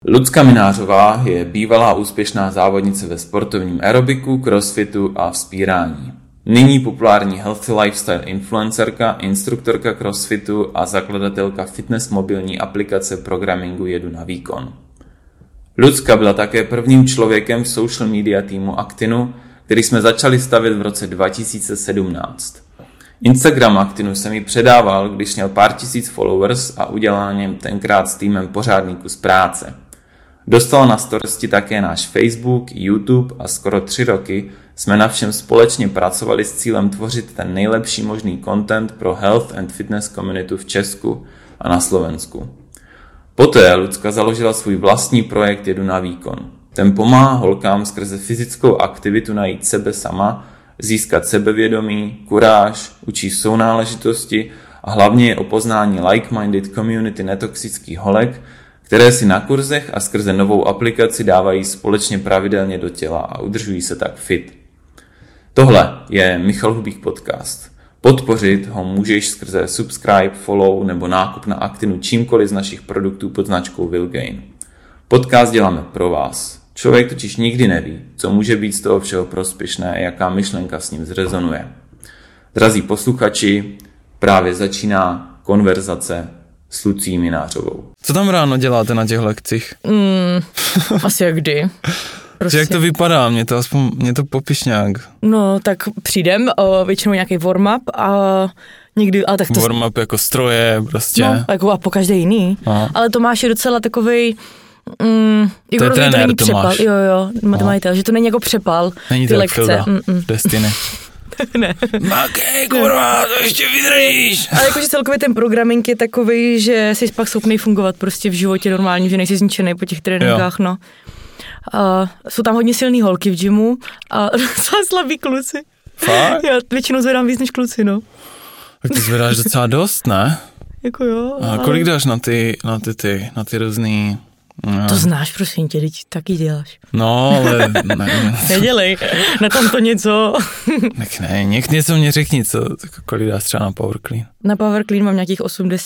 Lucka Minářová je bývalá úspěšná závodnice ve sportovním aerobiku, crossfitu a vzpírání. Nyní populární healthy lifestyle influencerka, instruktorka crossfitu a zakladatelka fitness mobilní aplikace programingu Jedu na výkon. Lucka byla také prvním člověkem v social media týmu Actinu, který jsme začali stavět v roce 2017. Instagram Actinu se mi předával, když měl pár tisíc followers a udělal na něm tenkrát s týmem pořádný kus práce. Dostal na starosti také náš Facebook, YouTube a skoro 3 roky jsme na všem společně pracovali s cílem tvořit ten nejlepší možný content pro health and fitness community v Česku a na Slovensku. Poté Lucka založila svůj vlastní projekt Jedu na výkon. Ten pomáhá holkám skrze fyzickou aktivitu najít sebe sama, získat sebevědomí, kuráž, učí sounáležitosti a hlavně je o poznání like-minded community netoxických holek, které si na kurzech a skrze novou aplikaci dávají společně pravidelně do těla a udržují se tak fit. Tohle je Michal Hubík podcast. Podpořit ho můžeš skrze subscribe, follow nebo nákup na Actinu čímkoliv z našich produktů pod značkou Willgain. Podcast děláme pro vás. Člověk totiž nikdy neví, co může být z toho všeho prospěšné a jaká myšlenka s ním zrezonuje. Drazí posluchači, právě začíná konverzace s Lucí Minářovou. Co tam ráno děláte na těch lekcích? Asi jak kdy. Prostě. Jak to vypadá? Mě to popiš nějak. No, tak přijdem, většinou nějaký warm-up a někdy, ale tak to... Warm-up jako stroje prostě. No, jako a po každé jiný. Aha. Ale Tomáš je docela takovej... to je trenér Tomáš. Jo, matematitel, že to není jako přepal. Není ty to lekce. Destiny. Ne. Makej, kurva, to ještě vydržíš. Ale jakože celkově ten programming je takový, že jsi pak schopný fungovat prostě v životě normálně, že nejsi zničený po těch tréninkách, no. Jsou tam hodně silný holky v gymu a docela slabý kluci. Fakt? Já většinou zvedám víc než kluci, no. Tak ty zvedáš docela dost, ne? Jako jo. A kolik dáš na ty různý... No. To znáš, prosím tě, teď taky děláš. No, ale ne. Nedělej, na tom to něco. Tak ne, něco mě řekni, kolik dáš třeba na Power Clean. Na Power Clean mám nějakých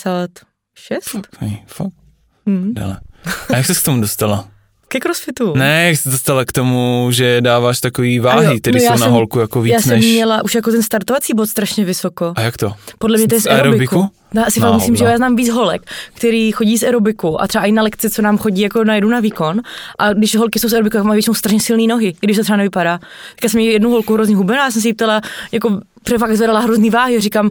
86. Fakt? Dále. A jak jsi k tomu dostala? Ke crossfitu. Ne, jak jsi dostala k tomu, že dáváš takový váhy, které jsou na holku jako víc než... Já jsem měla už jako ten startovací bod strašně vysoko. A jak to? Podle mě to je z aerobiku. Já si fakt myslím, že já znám víc holek, který chodí z aerobiku a třeba i na lekce, co nám chodí jako na Jedu na výkon. A když holky jsou z aerobiku, tak mají většinou strašně silné nohy, i když to třeba nevypadá. Tak já jsem měla jednu holku hrozně hubená, já jsem si jí ptala, jako fakt zvedala hrozný váhy, říkám,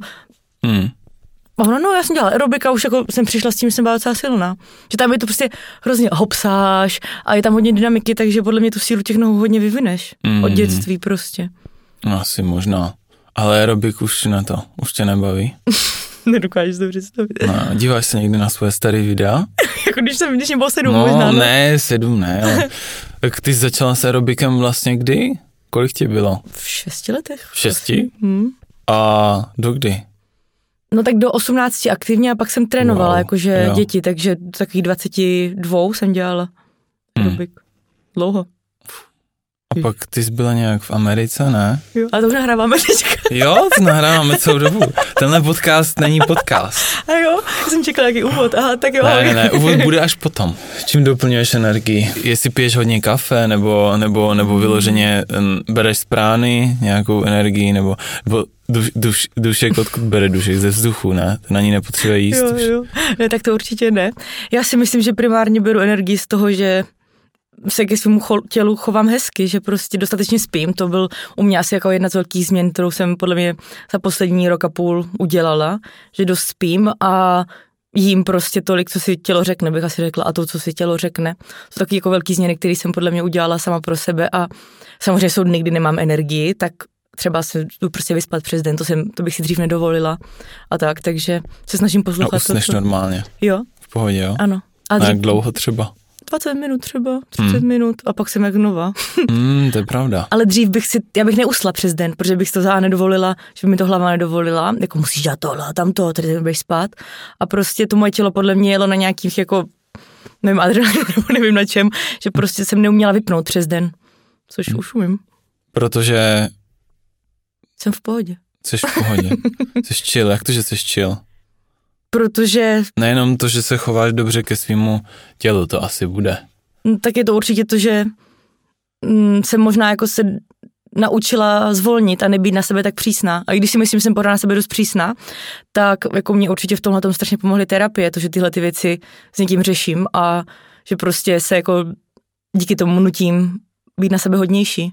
no, já jsem dělala aerobika, už jako jsem přišla s tím, že jsem byla docela silná. Že tam je to prostě hrozně hopsáš a je tam hodně dynamiky, takže podle mě tu sílu těch nohou hodně vyvineš. Od dětství prostě. Asi možná. Ale aerobik už tě nebaví. Nedokážeš to představit. No, díváš se někdy na svoje staré videa? Jako když mě bylo 7 možná. No, ne, 7 ne, ale tak ty jsi začala s aerobikem vlastně kdy? Kolik ti bylo? V 6 letech. V 6? A do kdy? No tak do 18 aktivně a pak jsem trénovala jakože děti, takže do takových 22 jsem dělala aerobik. Dlouho. A pak ty jsi byla nějak v Americe, ne? Jo, ale to už nahráváme teďka. Jo, to nahráváme celou dobu. Tenhle podcast není podcast. A jo, jsem čekala jaký úvod, aha, tak jo. Ne, úvod bude až potom. Čím doplňuješ energii? Jestli piješ hodně kafe, nebo vyloženě bereš z prány nějakou energii, nebo dušek, odkud bere dušek? Ze vzduchu, ne? Ten ani nepotřebuje jíst. Jo. Ne, tak to určitě ne. Já si myslím, že primárně beru energii z toho, že se ke svému tělu chovám hezky, že prostě dostatečně spím. To byl u mě asi jako jedna z velkých změn, kterou jsem podle mě za poslední rok a půl udělala, že dost spím a jím prostě tolik, co si tělo řekne, bych asi řekla, a to, co si tělo řekne. Jsou taky jako velký změny, které jsem podle mě udělala sama pro sebe a samozřejmě jsou dny, kdy nemám energii, tak třeba se jdu prostě vyspat přes den, to bych si dřív nedovolila a tak, takže se snažím poslouchat. No usneš normálně. Jo. V pohodě, jo? Ano. A jak dlouho třeba? 20 minut třeba, 30 minut a pak jsem jak nová. To je pravda. Ale dřív já bych neusla přes den, protože bych to nedovolila, že by mi to hlava nedovolila, jako musíš dělat tohle a tamto, tady budeš spát. A prostě to moje tělo podle mě jelo na nějakých jako, nevím, adrenalinu nebo nevím na čem, že prostě jsem neuměla vypnout přes den, což už umím. Protože... Jsem v pohodě. Jsi v pohodě. Jsi chill, jak to, že jsi chill? Protože... Nejenom to, že se chováš dobře ke svýmu tělu, to asi bude. Tak je to určitě to, že jsem možná jako se naučila zvolnit a nebýt na sebe tak přísná. A i když si myslím, že jsem pořád na sebe dost přísná, tak jako mě určitě v tomhle tom strašně pomohly terapie, to, že tyhle ty věci s někým řeším a že prostě se jako díky tomu nutím být na sebe hodnější.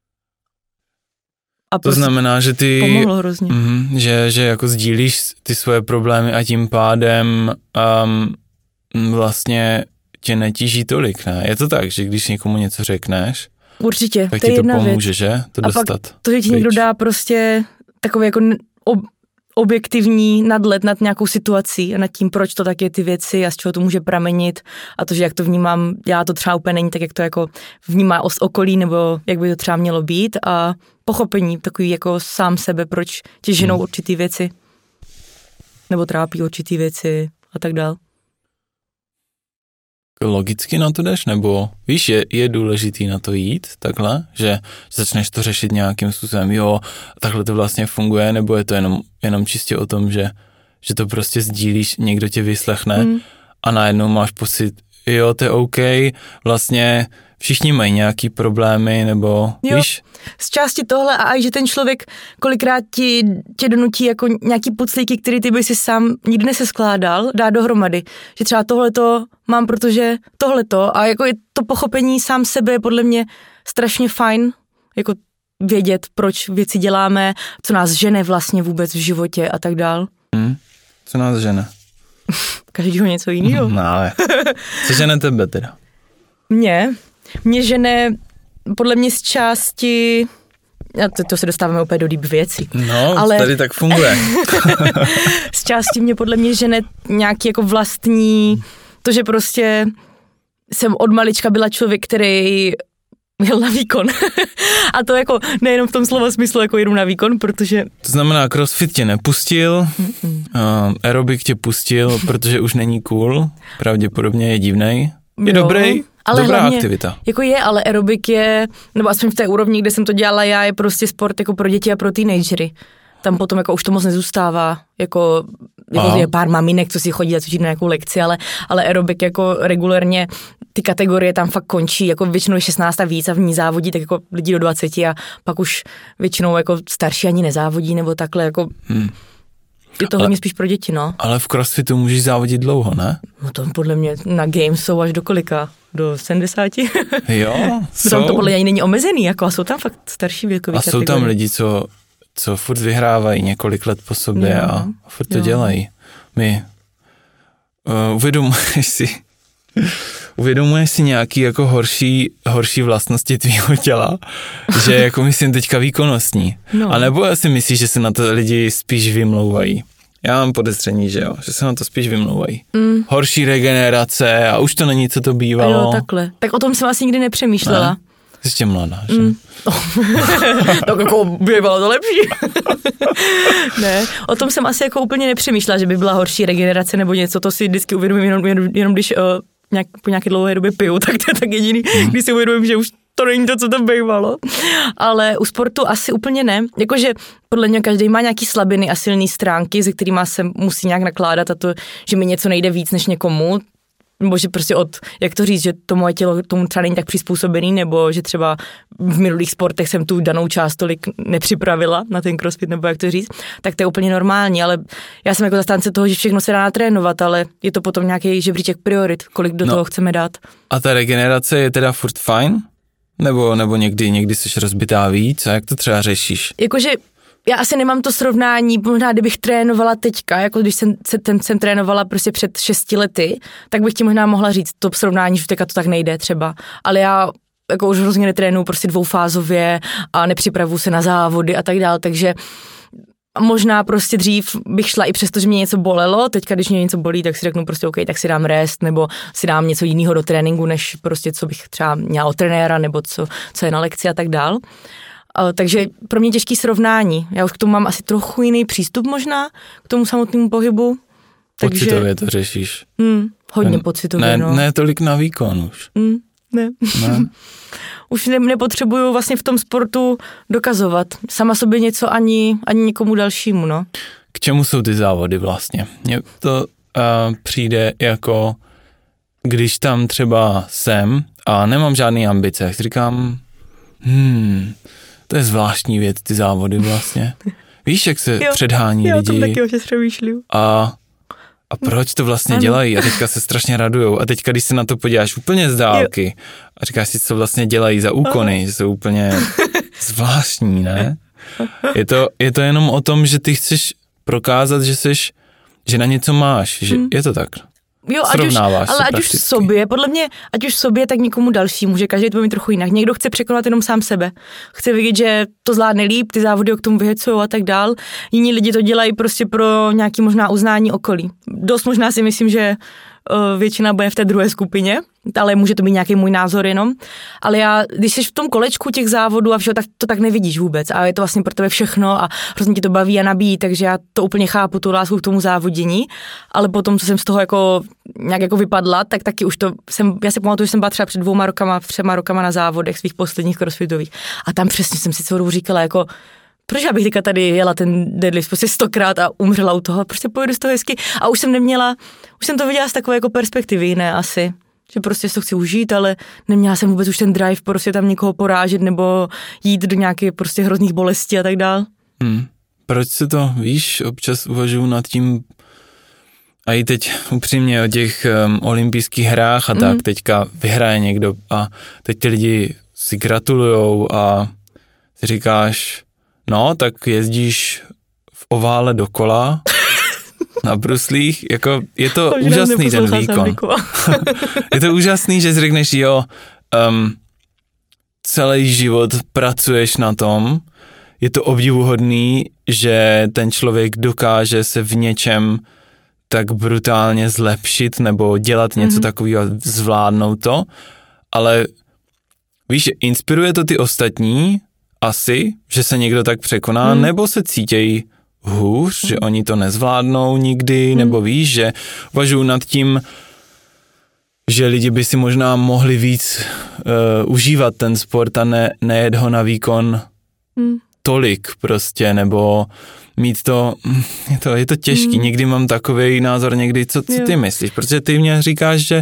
A to znamená, že ty pomohlo hrozně. Že jako sdílíš ty svoje problémy a tím pádem vlastně tě netíží tolik, ne? Je to tak, že když někomu něco řekneš, určitě, tak to je ti to jedna pomůže, věc. že? To a dostat. Pak to, že ti někdo dá prostě takový jako objektivní nadhled nad nějakou situací a nad tím, proč to tak je ty věci a z čeho to může pramenit a to, že jak to vnímám, já to třeba úplně není tak, jak to jako vnímá okolí nebo jak by to třeba mělo být a pochopení takový jako sám sebe, proč tě ženou určitý věci nebo trápí určitý věci a tak dál. Logicky na to jdeš, nebo víš, je důležitý na to jít takhle, že začneš to řešit nějakým způsobem, jo, takhle to vlastně funguje, nebo je to jenom čistě o tom, že to prostě sdílíš, někdo tě vyslechne a najednou máš pocit, jo, to je OK, vlastně všichni mají nějaký problémy, nebo jo, víš? Z části tohle a i že ten člověk kolikrát tě donutí jako nějaký puclíky, který ty by si sám nikdy neseskládal, dá dohromady. Že třeba tohleto mám, protože tohleto a jako je to pochopení sám sebe je podle mě strašně fajn, jako vědět, proč věci děláme, co nás žene vlastně vůbec v životě a tak dál. Co nás žene? Každýho něco jiného. No ale, co žene tebe teda? Mě žene podle mě z části, to se dostáváme opět do deep věcí. No, ale tady tak funguje. Z části mě podle mě žene nějaký jako vlastní, to, že prostě jsem od malička byla člověk, který jel na výkon. A to jako nejenom v tom slova smyslu, jako jedu na výkon, protože... To znamená, CrossFit tě nepustil, aerobik tě pustil, protože už není cool, pravděpodobně je divnej. Je dobrý, ale dobrá hlavně, aktivita. Jako je, ale aerobik je, nebo aspoň v té úrovni, kde jsem to dělala já, je prostě sport jako pro děti a pro teenagery. Tam potom jako už to moc nezůstává, jako je pár maminek, co si chodí a cvičit na nějakou lekci, ale aerobik jako regulérně ty kategorie tam fakt končí, jako většinou je 16 a víc a v ní závodí tak jako lidi do 20 a pak už většinou jako starší ani nezávodí nebo takhle jako... Je to hodně spíš pro děti, no. Ale v CrossFitu můžeš závodit dlouho, ne? No to podle mě na Games jsou až do kolika? Do 70? Jo, Tam to podle mě ani není omezený, jako a jsou tam fakt starší věkový kategorie. A jsou tam lidi, co furt vyhrávají několik let po sobě a furt to dělají. My uvědomuješ si nějaký jako horší vlastnosti tvýho těla, že jako myslím teďka výkonnostní. No. A nebo si myslíš, že se na to lidi spíš vymlouvají? Já mám podezření, že jo, že se na to spíš vymlouvají. Horší regenerace a už to není, co to bývalo. Jo, takhle. Tak o tom jsem asi nikdy nepřemýšlela. Ne? Jsi ještě mladá, že? Tak jako bývalo to lepší. Ne, o tom jsem asi jako úplně nepřemýšlela, že by byla horší regenerace nebo něco, to si vždycky uvědomím jenom když po nějaké dlouhé době piju, tak to je tak jediný, když si uvědomím, že už to není to, co to bývalo. Ale u sportu asi úplně ne. Jakože podle mě každý má nějaký slabiny a silné stránky, se kterými se musí nějak nakládat a to, že mi něco nejde víc než někomu, nebo že prostě jak to říct, že to moje tělo tomu třeba není tak přizpůsobený, nebo že třeba v minulých sportech jsem tu danou část tolik nepřipravila na ten crossfit, nebo jak to říct, tak to je úplně normální, ale já jsem jako zastánce toho, že všechno se dá natrénovat, ale je to potom nějaký žebříček priorit, kolik do toho chceme dát. A ta regenerace je teda furt fajn? Nebo někdy jsi rozbitá víc? A jak to třeba řešíš? Jakože já asi nemám to srovnání, možná kdybych trénovala teďka, jako když jsem trénovala prostě před 6 lety, tak bych ti možná mohla říct to srovnání, že teďka to tak nejde třeba. Ale já jako už hrozně netrénuju prostě dvoufázově a nepřipravuju se na závody a tak dále, takže možná prostě dřív bych šla i přesto, že mě něco bolelo, teďka když mě něco bolí, tak si řeknu prostě OK, tak si dám rest, nebo si dám něco jiného do tréninku, než prostě co bych třeba měla od trenéra, nebo co je na lekci a tak dál. Takže pro mě těžký srovnání. Já už k tomu mám asi trochu jiný přístup možná, k tomu samotnému pohybu. Pocitově to řešíš? Hodně pocitově, no. Ne tolik na výkon už. Ne. Už nepotřebuju vlastně v tom sportu dokazovat. Sama sobě něco ani někomu dalšímu, no. K čemu jsou ty závody vlastně? Mně to přijde jako, když tam třeba jsem a nemám žádný ambice. Jak si říkám, to je zvláštní věc, ty závody vlastně. Víš, jak se předhání lidi. Jo, taky přemýšlím. A proč to vlastně dělají? A teďka se strašně radujou. A teďka, když se na to podíváš úplně z dálky a říkáš si, co vlastně dělají za úkony, že jsou úplně zvláštní, ne? Je to jenom o tom, že ty chceš prokázat, že na něco máš, že je to tak. Jo, ať už v sobě, podle mě, ať už v sobě, tak někomu dalšímu, že každý to bude mít trochu jinak. Někdo chce překonat jenom sám sebe. Chce vidět, že to zvládne líp, ty závody k tomu vyhecujou a tak dál. Jiní lidi to dělají prostě pro nějaký možná uznání okolí. Dost možná si myslím, že většina bude v té druhé skupině, ale může to být nějaký můj názor jenom. Ale když jsi v tom kolečku těch závodů a všeho, tak to tak nevidíš vůbec. A je to vlastně pro tebe všechno a hrozně ti to baví a nabíjí, takže já to úplně chápu, tu lásku k tomu závodění. Ale potom, co jsem z toho nějak vypadla, tak taky už já si pamatuju, že jsem byla třeba před 3 rokama na závodech svých posledních crossfitových. A tam přesně jsem si celou dobu říkala, proč já bych teďka tady jela ten deadlift prostě 100krát a umřela u toho, prostě pojedu z toho hezky. A už jsem to viděla z takové perspektivy jiné asi, že prostě si to chci užít, ale neměla jsem vůbec už ten drive prostě tam někoho porážet nebo jít do nějaké prostě hrozných bolestí a tak dál. Proč se to, víš, občas uvažuji nad tím, a i teď upřímně o těch olympijských hrách a tak, teďka vyhraje někdo a teď ty lidi si gratulujou a si říkáš, no, tak jezdíš v ovále dokola na bruslích, je to úžasný ten výkon. Je to úžasný, že si řekneš, celý život pracuješ na tom, je to obdivuhodný, že ten člověk dokáže se v něčem tak brutálně zlepšit nebo dělat něco takového, zvládnout to, ale víš, inspiruje to ty ostatní, asi, že se někdo tak překoná, nebo se cítějí hůř, že oni to nezvládnou nikdy, nebo víš, že uvažují nad tím, že lidi by si možná mohli víc užívat ten sport a nejet ho na výkon tolik prostě, nebo mít je to těžký. Někdy mám takový názor, někdy, co ty myslíš? Protože ty mě říkáš,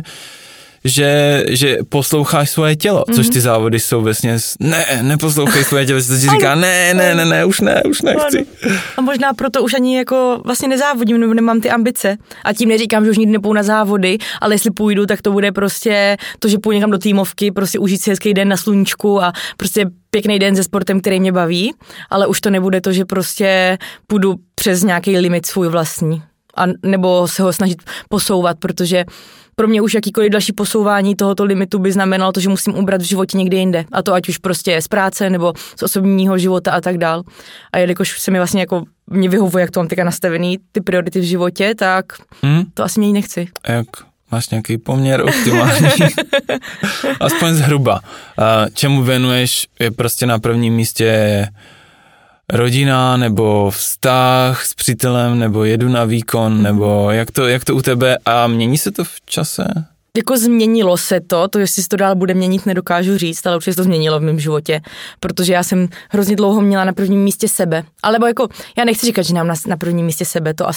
že posloucháš svoje tělo, což ty závody jsou vlastně, neposlouchej svoje tělo, to ti říká, ne, už nechci. A možná proto už ani vlastně nezávodím, nebo nemám ty ambice. A tím neříkám, že už nikdy nepůjdu na závody, ale jestli půjdu, tak to bude prostě to, že půjdu někam do týmovky, prostě užít si hezký den na sluníčku a prostě pěkný den se sportem, který mě baví, ale už to nebude to, že prostě půjdu přes nějaký limit svůj vlastní. A nebo se ho snažit posouvat, protože pro mě už jakýkoliv další posouvání tohoto limitu by znamenalo to, že musím ubrat v životě někde jinde. A to ať už prostě z práce nebo z osobního života a tak dál. A jelikož se mi vlastně mě vyhovuje, jak to mám teďka nastavený, ty priority v životě, tak to asi mění nechci. Jak máš nějaký poměr optimální? Aspoň zhruba. Čemu věnuješ, je prostě na prvním místě rodina, nebo vztah s přítelem, nebo jedu na výkon, nebo jak to u tebe a mění se to v čase? Změnilo se to, jestli se to dál bude měnit, nedokážu říct, ale určitě se to změnilo v mém životě, protože já jsem hrozně dlouho měla na prvním místě sebe. Alebo já nechci říkat, že mám na prvním místě sebe, to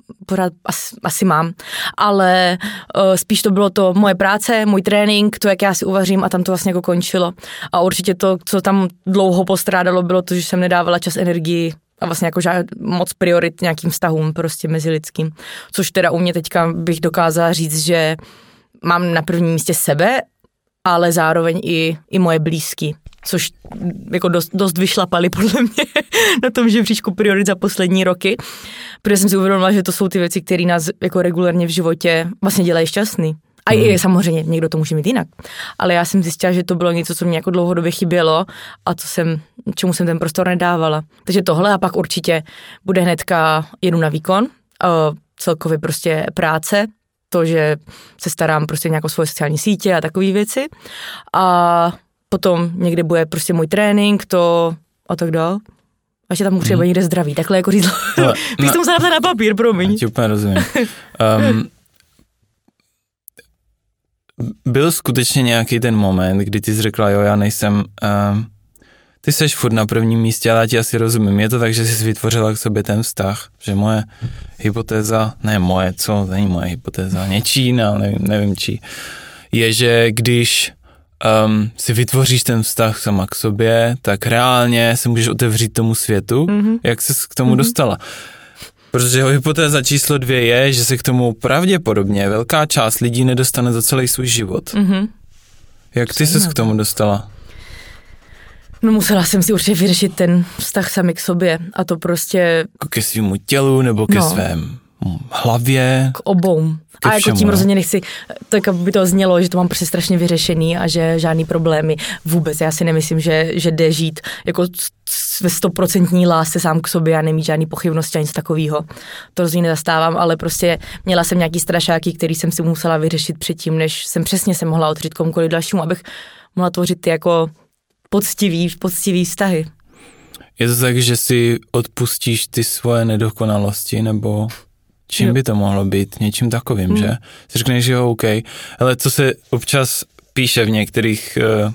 asi mám, ale spíš to bylo to moje práce, můj trénink, to, jak já si uvařím a tam to vlastně končilo. A určitě to, co tam dlouho postrádalo, bylo to, že jsem nedávala čas, energii a vlastně moc priorit nějakým vztahům prostě mezilidským, což teda u mě teďka bych dokázala říct, že mám na prvním místě sebe, ale zároveň i moje blízky, což dost vyšlapali podle mě na tom žebříčku priorit za poslední roky, protože jsem si uvědomila, že to jsou ty věci, které nás regulárně v životě vlastně dělají šťastný. A i samozřejmě, někdo to může mít jinak. Ale já jsem zjistila, že to bylo něco, co mě dlouhodobě chybělo a čemu jsem ten prostor nedávala. Takže tohle a pak určitě bude hnedka jedu na výkon, celkově prostě práce, to, že se starám prostě nějakou svoje sociální sítě a takové věci. A potom někde bude prostě můj trénink, to a tak dál. Až je tam třeba někde zdraví, takhle říct. Bych to musela napsat na papír, promiň. Ti úplně rozumím. Byl skutečně nějaký ten moment, kdy ty jsi řekla, já nejsem, ty seš furt na prvním místě, ale já ti asi rozumím. Je to tak, že jsi vytvořila k sobě ten vztah, že moje hypotéza, není moje hypotéza, něčí, nevím čí, je, že když si vytvoříš ten vztah sama k sobě, tak reálně se můžeš otevřít tomu světu, jak ses k tomu dostala. Protože hypotéza číslo 2 je, že se k tomu pravděpodobně velká část lidí nedostane za celý svůj život. Jak ty ses k tomu dostala? No musela jsem si určitě vyřešit ten vztah sami k sobě a to prostě... Jako ke svému tělu nebo ke svém hlavě? K obou. A jako tím rozhodně nechci, tak by to znělo, že to mám prostě strašně vyřešený a že žádný problémy vůbec. Já si nemyslím, že jde žít jako ve 100% lásce sám k sobě a nemít žádný pochybnosti a nic takového. To rozhodně nezastávám, ale prostě měla jsem nějaký strašáky, který jsem si musela vyřešit předtím, než jsem přesně se mohla otevřít komukoliv dalšímu, abych mohla tvořit ty jako poctivý vztahy. Je to tak, že si odpustíš ty svoje nedokonalosti, nebo čím by to mohlo být? Něčím takovým, že? Si řekneš, že jo, OK. Ale co se občas píše v některých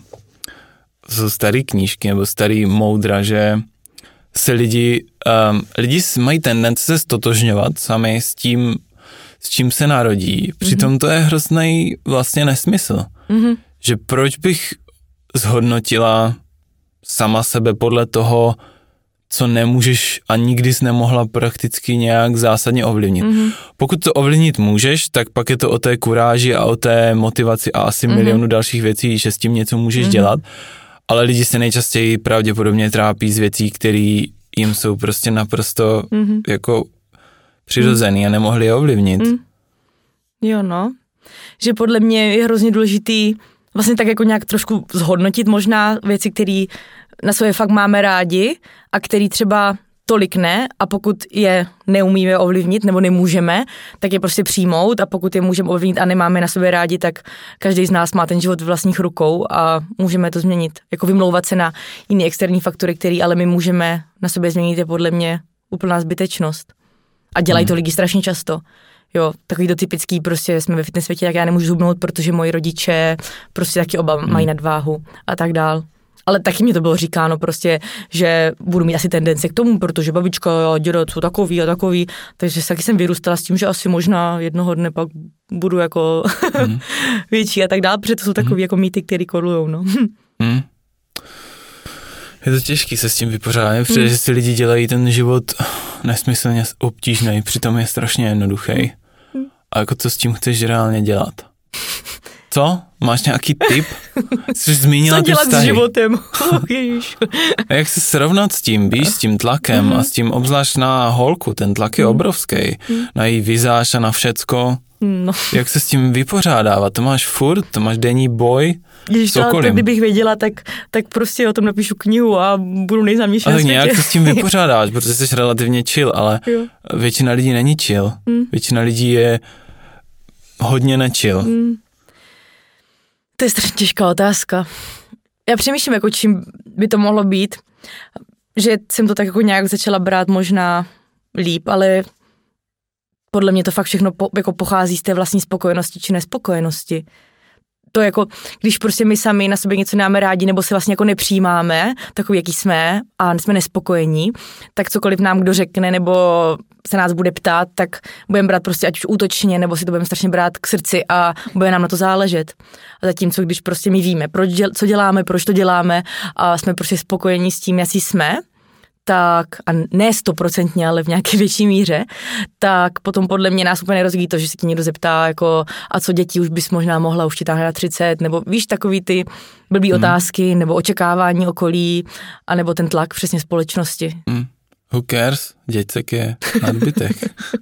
jsou staré knížky nebo starý moudra, že se lidi mají tendence se stotožňovat sami s tím, s čím se narodí. Přitom to je hrozný vlastně nesmysl. Že proč bych zhodnotila sama sebe podle toho, co nemůžeš a nikdy jsi nemohla prakticky nějak zásadně ovlivnit. Pokud to ovlivnit můžeš, tak pak je to o té kuráži a o té motivaci a asi milionu dalších věcí, že s tím něco můžeš dělat, ale lidi se nejčastěji pravděpodobně trápí z věcí, které jim jsou prostě naprosto jako přirozený a nemohli je ovlivnit. Jo no, že podle mě je hrozně důležitý vlastně tak jako nějak trošku zhodnotit možná věci, které na sobě fakt máme rádi a který třeba tolik ne a pokud je neumíme ovlivnit nebo nemůžeme, tak je prostě přijmout a pokud je můžeme ovlivnit a nemáme na sobě rádi, tak každý z nás má ten život v vlastních rukou a můžeme to změnit. Jako vymlouvat se na jiné externí faktory, které ale my můžeme na sobě změnit, je podle mě úplná zbytečnost. A dělají to lidi strašně často. Jo, takový to typický, prostě jsme ve fitness světě, tak já nemůžu zhubnout, protože moji rodiče prostě taky oba mají nadváhu a tak dál. Ale taky mě to bylo říkáno prostě, že budu mít asi tendence k tomu, protože babička a děda jsou takový a takový, takže taky jsem vyrůstala s tím, že asi možná jednoho dne pak budu jako větší a tak dále, protože to jsou takový jako mýty, který korujou, no. Je to těžký se s tím vypořádat, protože si lidi dělají ten život nesmyslně obtížný, přitom je strašně jednoduchý. A jako co s tím chceš reálně dělat? Co? Máš nějaký tip? Jsi zmínila ty vztahy. Co dělat s životem? A jak se srovnat s tím, víš, s tím tlakem a s tím obzvlášť na holku, ten tlak je obrovský, na její vizáž a na všecko. No. Jak se s tím vypořádávat? To máš furt, to máš denní boj s okolím. Kdybych věděla, tak prostě o tom napíšu knihu a budu nejznámější na světě. Ale nějak se s tím vypořádáš, protože jsi relativně chill, ale většina lidí není chill. Většina lidí je hodně nechill. To je strašně těžká otázka. Já přemýšlím, jako čím by to mohlo být, že jsem to tak jako nějak začala brát možná líp, ale podle mě to fakt všechno jako pochází z té vlastní spokojenosti či nespokojenosti. To jako, když prostě my sami na sobě něco nemáme rádi nebo se vlastně jako nepřijímáme, takový, jaký jsme a jsme nespokojení, tak cokoliv nám kdo řekne nebo se nás bude ptát, tak budeme brát prostě ať už útočně, nebo si to budeme strašně brát k srdci a bude nám na to záležet. A zatímco, když prostě my víme, co děláme, proč to děláme a jsme prostě spokojení s tím, jaký jsme, tak, a ne 100%, ale v nějaké větší míře, tak potom podle mě nás úplně nerozvíjí to, že se ti někdo zeptá, jako, a co děti, už bys možná mohla, už ti táhne na 30, nebo víš, takový ty blbý otázky, nebo očekávání okolí, anebo ten tlak přesně společnosti. Who cares? Děcek je nadbytek.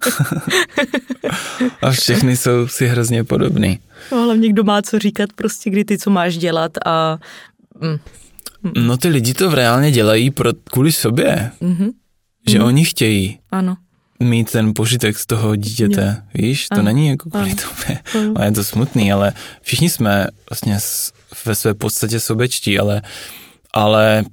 A všechny jsou si hrozně podobný. No, hlavně kdo má co říkat, prostě kdy ty co máš dělat a... No ty lidi to reálně dělají kvůli sobě. Že oni chtějí mít ten požitek z toho dítěte. Víš, to není jako kvůli tobě. A je to smutný, ale všichni jsme vlastně ve své podstatě sobečtí, ale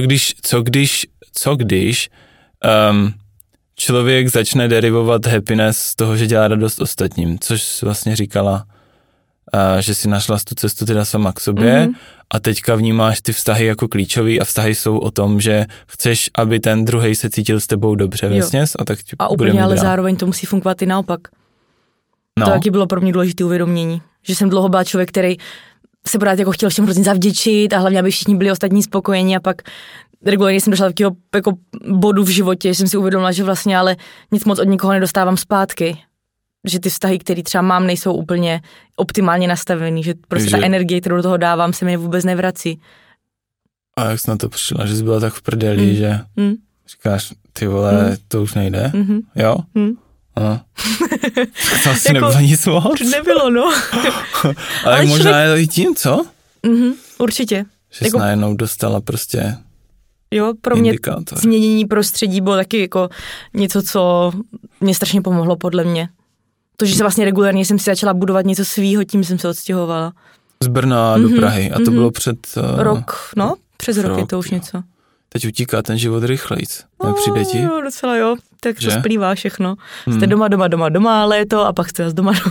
co když člověk začne derivovat happiness z toho, že dělá radost ostatním, což vlastně říkala, že si našla tu cestu teda sama k sobě a teďka vnímáš ty vztahy jako klíčový a vztahy jsou o tom, že chceš, aby ten druhej se cítil s tebou dobře vesměs a tak a úplně, ale zároveň to musí fungovat i naopak. No. To taky bylo pro mě důležité uvědomění, že jsem dlouho byla člověk, který se pořád jako chtěl všem hrozně zavděčit a hlavně, aby všichni byli ostatní spokojení a pak regulárně jsem došla do takového jako bodu v životě, že jsem si uvědomila, že vlastně ale nic moc od nikoho nedostávám zpátky. Že ty vztahy, které třeba mám, nejsou úplně optimálně nastavený, že prostě ta energie, kterou do toho dávám, se mi vůbec nevrací. A jak jsi na to přišla, že jsi byla tak v prdeli, že říkáš, ty vole, to už nejde, jo? Aha. To asi jako, nebylo nic moc. Nebylo, no. Ale možná je to i tím, co? Určitě. Že jsi najednou dostala prostě jo, pro mě indikátor. Změnění prostředí bylo taky jako něco, co mě strašně pomohlo podle mě. To, že se vlastně regulárně jsem si začala budovat něco svýho, tím jsem se odstěhovala. Z Brna do Prahy a to bylo před... Rok, no, přes rok je to už něco. Teď utíká ten život rychlejc, nepřijde ti? Jo, docela jo, tak to splývá všechno. Jste doma, léto a pak jste zase doma.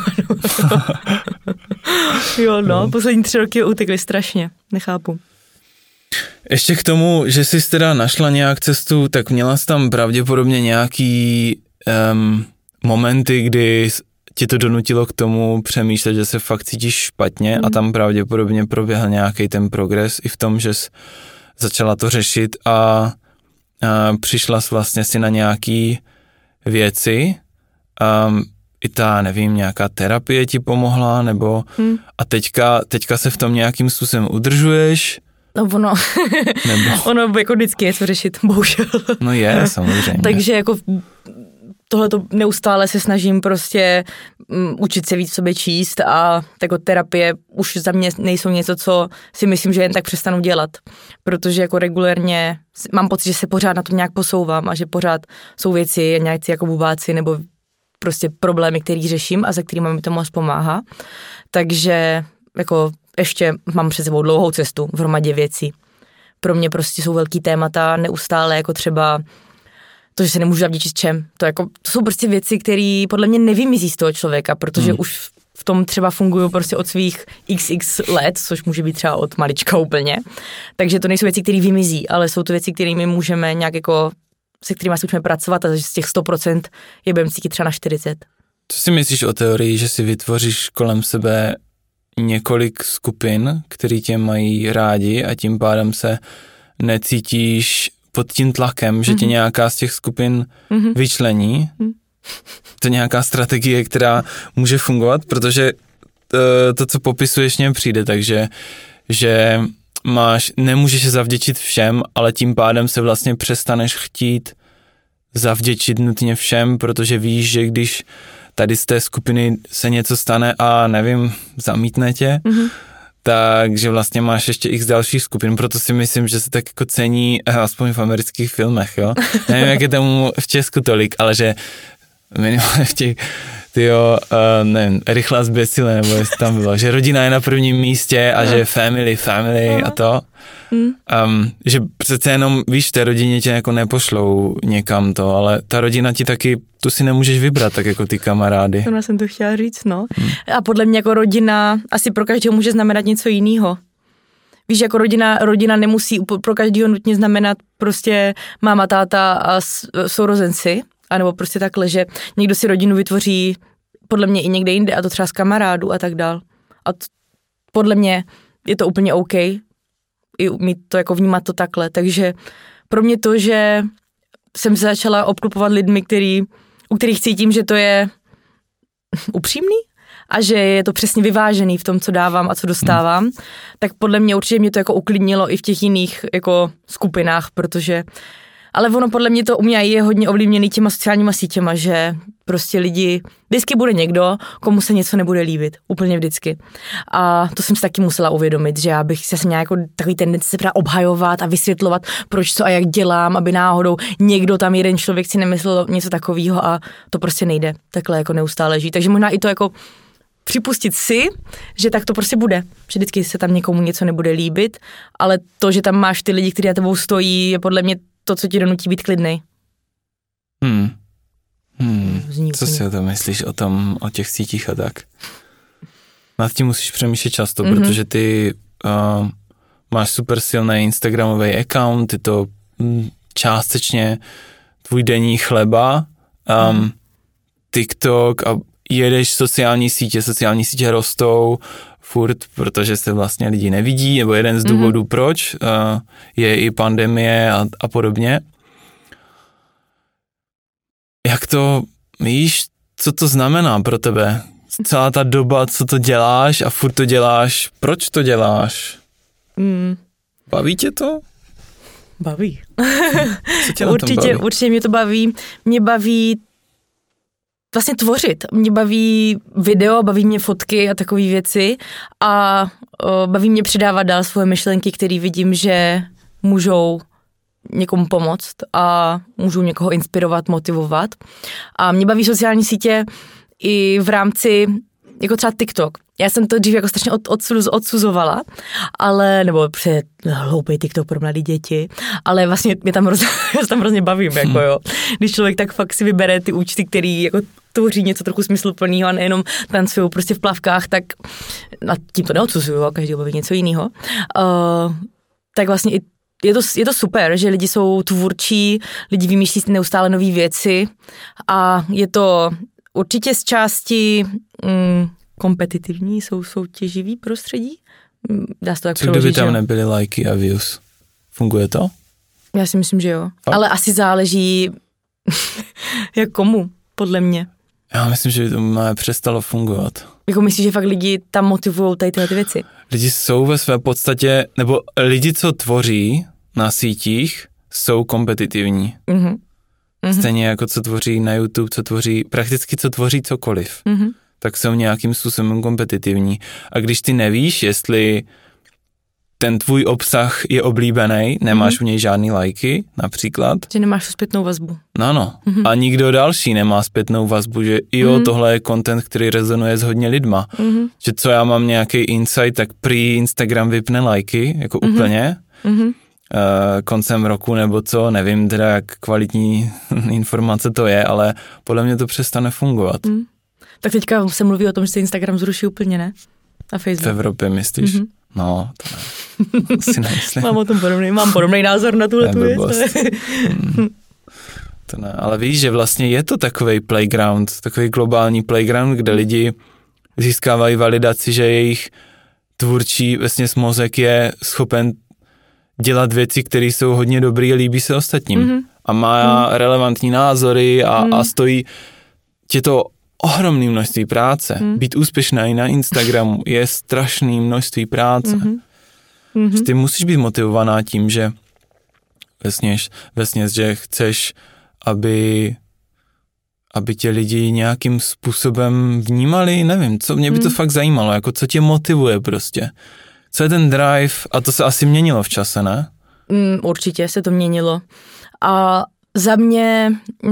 Jo, no, poslední 3 roky utekly strašně, nechápu. Ještě k tomu, že jsi teda našla nějak cestu, tak měla jsi tam pravděpodobně nějaký momenty, kdy ti to donutilo k tomu přemýšlet, že se fakt cítíš špatně a tam pravděpodobně proběhl nějaký ten progres i v tom, že jsi začala to řešit a přišla jsi vlastně si na nějaký věci, i ta, nevím, nějaká terapie ti pomohla, nebo a teďka se v tom nějakým způsobem udržuješ? No ono jako vždycky je co řešit, bohužel. No je, samozřejmě. Takže jako tohleto neustále se snažím prostě učit se víc sobě číst a jako terapie už za mě nejsou něco, co si myslím, že jen tak přestanu dělat, protože jako regulérně mám pocit, že se pořád na to nějak posouvám a že pořád jsou věci, nějaký jako bubáci nebo prostě problémy, které řeším a za kterými mi to moc pomáhá. Takže jako ještě mám před sebou dlouhou cestu v hromadě věcí. Pro mě prostě jsou velký témata neustále, jako třeba to, že se nemůžu zavděčit čem. To jsou prostě věci, které podle mě nevymizí z toho člověka, protože už v tom třeba fungují prostě od svých xx let, což může být třeba od malička úplně. Takže to nejsou věci, které vymizí, ale jsou to věci, kterými můžeme nějak jako, se kterými se můžeme pracovat a z těch 100% je budeme cítit třeba na 40%. Co si myslíš o teorii, že si vytvoříš kolem sebe několik skupin, který tě mají rádi a tím pádem se necítíš pod tím tlakem, že tě nějaká z těch skupin vyčlení? To je nějaká strategie, která může fungovat, protože to co popisuješ, mně přijde, takže že nemůžeš se zavděčit všem, ale tím pádem se vlastně přestaneš chtít zavděčit nutně všem, protože víš, že když tady z té skupiny se něco stane a nevím, zamítne tě, takže vlastně máš ještě x dalších skupin, proto si myslím, že se tak jako cení, aspoň v amerických filmech, jo. Nevím, jak je tomu v Česku tolik, ale že minimálně v těch, nevím, Rychlá zběsile, nebo jestli tam bylo, že rodina je na prvním místě a že family a to. Že přece jenom, víš, té rodině tě jako nepošlou někam to, ale ta rodina ti taky, tu si nemůžeš vybrat, tak jako ty kamarády. To jsem to chtěla říct, no. A podle mě jako rodina asi pro každého může znamenat něco jiného. Víš, jako rodina nemusí pro každého nutně znamenat prostě máma, táta a sourozenci, anebo prostě takhle, že někdo si rodinu vytvoří podle mě i někde jinde, a to třeba z kamarádů a tak dál. A podle mě je to úplně OK, i mít to jako vnímat to takhle, takže pro mě to, že jsem se začala obklopovat lidmi, u kterých cítím, že to je upřímný a že je to přesně vyvážený v tom, co dávám a co dostávám, tak podle mě určitě mě to jako uklidnilo i v těch jiných jako skupinách, protože ale ono podle mě to u mě je hodně ovlivněný těma sociálníma sítěma, že prostě vždycky bude někdo, komu se něco nebude líbit. Úplně vždycky. A to jsem si taky musela uvědomit, že já jsem měla jako takový tendenci se právě obhajovat a vysvětlovat, proč co a jak dělám, aby náhodou někdo tam, jeden člověk si nemyslel něco takového a to prostě nejde. Takhle jako neustále žít. Takže možná i to jako připustit si, že tak to prostě bude. Že vždycky se tam někomu něco nebude líbit, ale to, že tam máš ty lidi, kteří na tebou stojí, je podle mě to, co ti donutí být klidnej. Co si o tom myslíš, o těch sítích a tak? Nad tím musíš přemýšlet často, protože ty máš super silný Instagramový account, je to částečně tvůj denní chleba, TikTok a jedeš sociální sítě rostou furt, protože se vlastně lidi nevidí, nebo jeden z důvodů proč, je i pandemie a podobně. Jak to, víš, co to znamená pro tebe? Celá ta doba, co to děláš a furt to děláš, proč to děláš? Baví tě to? Baví. Co tě na tom baví? Určitě mě to baví. Mě baví vlastně tvořit. Mě baví video, baví mě fotky a takové věci a baví mě předávat dál svoje myšlenky, které vidím, že můžou někomu pomoct a můžou někoho inspirovat, motivovat. A mě baví sociální sítě i v rámci, jako třeba TikTok. Já jsem to dřív jako strašně odsuzovala, ale, nebo hloupý TikTok pro mladé děti, ale vlastně mě tam hrozně bavím, jako jo. Když člověk tak fakt si vybere ty účty, který jako tvoří něco trochu smysluplného a nejenom tancují prostě v plavkách, tak a tím to neodsuzuju, a každý baví něco jiného. Tak vlastně i je to super, že lidi jsou tvůrčí, lidi vymýšlí neustále nové věci a je to určitě z části kompetitivní, soutěživý prostředí. Dá se to tak přeložit, kdyby tam nebyly lajky a views? Funguje to? Já si myslím, že jo. Ale asi záleží jak komu, podle mě. Já myslím, že by to přestalo fungovat. Jako myslíš, že fakt lidi tam motivují tady tyhle ty věci? Lidi jsou ve své podstatě, nebo lidi, co tvoří na sítích, jsou kompetitivní. Stejně jako co tvoří na YouTube, co tvoří cokoliv. Tak jsou nějakým způsobem kompetitivní. A když ty nevíš, jestli ten tvůj obsah je oblíbený, nemáš u něj žádný lajky, například. Že nemáš zpětnou vazbu. No. A nikdo další nemá zpětnou vazbu, že tohle je content, který rezonuje s hodně lidma. Že co já mám nějaký insight, tak prý Instagram vypne lajky, jako úplně. Koncem roku nebo co, nevím teda, jak kvalitní informace to je, ale podle mě to přestane fungovat. Tak teďka se mluví o tom, že se Instagram zruší úplně, ne? A Facebook. V Evropě, myslíš? No, to ne. Si nemyslím. Mám podobný názor na tuhle tu věc. To ne, ale víš, že vlastně je to takovej playground, takový globální playground, kde lidi získávají validaci, že jejich tvůrčí vesměs mozek je schopen dělat věci, které jsou hodně dobrý a líbí se ostatním. A má relevantní názory a stojí tě to ohromné množství práce. Být úspěšná i na Instagramu je strašné množství práce. Ty musíš být motivovaná tím, že vesměs, že chceš, aby tě lidi nějakým způsobem vnímali, nevím, co mě by to fakt zajímalo, jako co tě motivuje prostě. Co je ten drive? A to se asi měnilo v čase, ne? Určitě se to měnilo. A za mě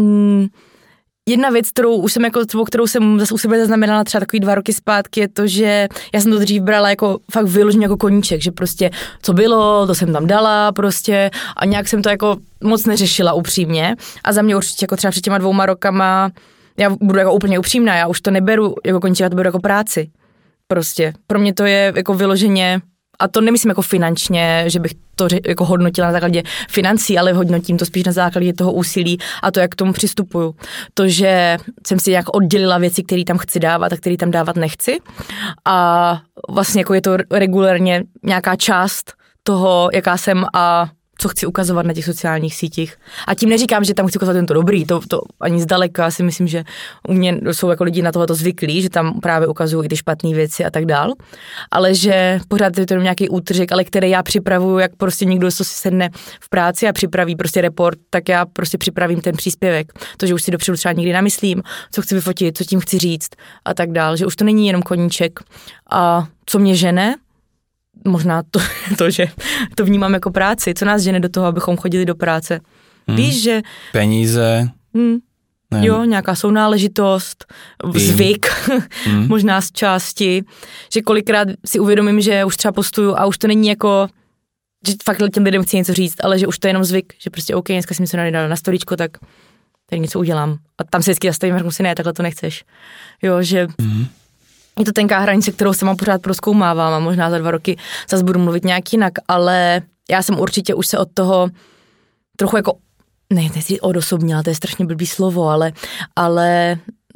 jedna věc, kterou jsem zase u sebe zaznamenala třeba takový 2 roky zpátky, je to, že já jsem to dřív brala jako fakt vyloženě jako koníček, že prostě co bylo, to jsem tam dala prostě a nějak jsem to jako moc neřešila upřímně. A za mě určitě jako třeba před těma 2 rokama, já budu jako úplně upřímná, já už to neberu jako koníček, já to beru jako práci. Prostě. Pro mě to je jako vyloženě, a to nemyslím jako finančně, že bych to jako hodnotila na základě financí, ale hodnotím to spíš na základě toho úsilí a to, jak k tomu přistupuju. To, že jsem si nějak oddělila věci, které tam chci dávat a které tam dávat nechci. A vlastně jako je to regulérně nějaká část toho, jaká jsem a co chci ukazovat na těch sociálních sítích. A tím neříkám, že tam chci ukazovat tento dobrý, to ani zdaleka si myslím, že u mě jsou jako lidi na tohleto zvyklí, že tam právě ukazují i ty špatné věci a tak dál, ale že pořád je to nějaký útržek, ale který já připravuju, jak prostě někdo si sedne v práci a připraví prostě report, tak já prostě připravím ten příspěvek. To, že už si dopředu třeba někdy namyslím, co chci vyfotit, co tím chci říct a tak dál, že už to není jenom koníček. A co mě žene, možná to, že to vnímám jako práci. Co nás žene do toho, abychom chodili do práce? Víš, že... Peníze. Jo, nějaká sounáležitost, zvyk, možná z části. Že kolikrát si uvědomím, že už třeba postuju a už to není jako, že fakt těm lidem chci něco říct, ale že už to je jenom zvyk, že prostě OK, dneska jsem se nadala na storíčko, tak tady něco udělám. A tam se vždycky zastavím a řeknu si, ne, takhle to nechceš. Jo, že... Je to tenká hranice, kterou se mám pořád prozkoumávám a možná za 2 roky zase budu mluvit nějak jinak, ale já jsem určitě už se od toho trochu jako, nechci odosobnila, to je strašně blbý slovo, ale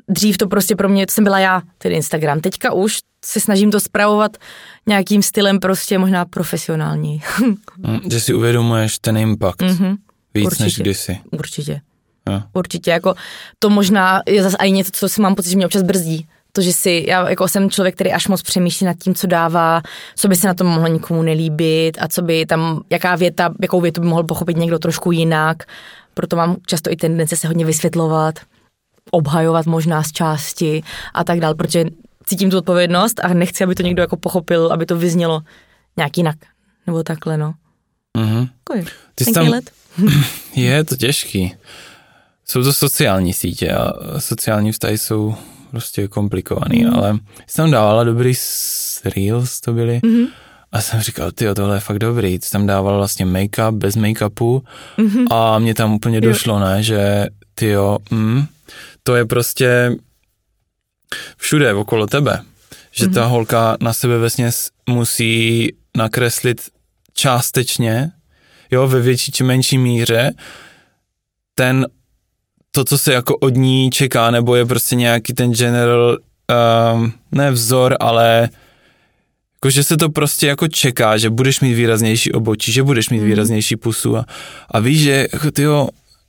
dřív to prostě pro mě, to jsem byla já, ten Instagram. Teďka už se snažím to spravovat nějakým stylem prostě možná profesionální. Že si uvědomuješ ten impact víc určitě, než kdysi. Určitě. Jo. Určitě, jako to možná je zase i něco, co si mám pocit, že mě občas brzdí. To, že já jako jsem člověk, který až moc přemýšlí nad tím, co dává, co by se na tom mohlo nikomu nelíbit a co by tam, jakou větu by mohl pochopit někdo trošku jinak. Proto mám často i tendence se hodně vysvětlovat, obhajovat možná z části a tak dál, protože cítím tu odpovědnost a nechci, aby to někdo jako pochopil, aby to vyznělo nějak jinak, nebo takhle, no. Ty jsi tam, je to těžký. Jsou to sociální sítě a sociální vztahy jsou prostě komplikovaný, ale jsi tam dávala dobrý reels, to byly, a jsem říkal, tyjo, tohle je fakt dobrý, jsi tam dávala vlastně make-up, bez make-upu a mě tam úplně došlo, ne, že tyjo, to je prostě všude okolo tebe, že ta holka na sebe vesměs musí nakreslit částečně, jo, ve větší či menší míře, to, co se jako od ní čeká, nebo je prostě nějaký ten general, ne vzor, ale jako, že se to prostě jako čeká, že budeš mít výraznější obočí, že budeš mít výraznější pusu a víš, že jako tyjo,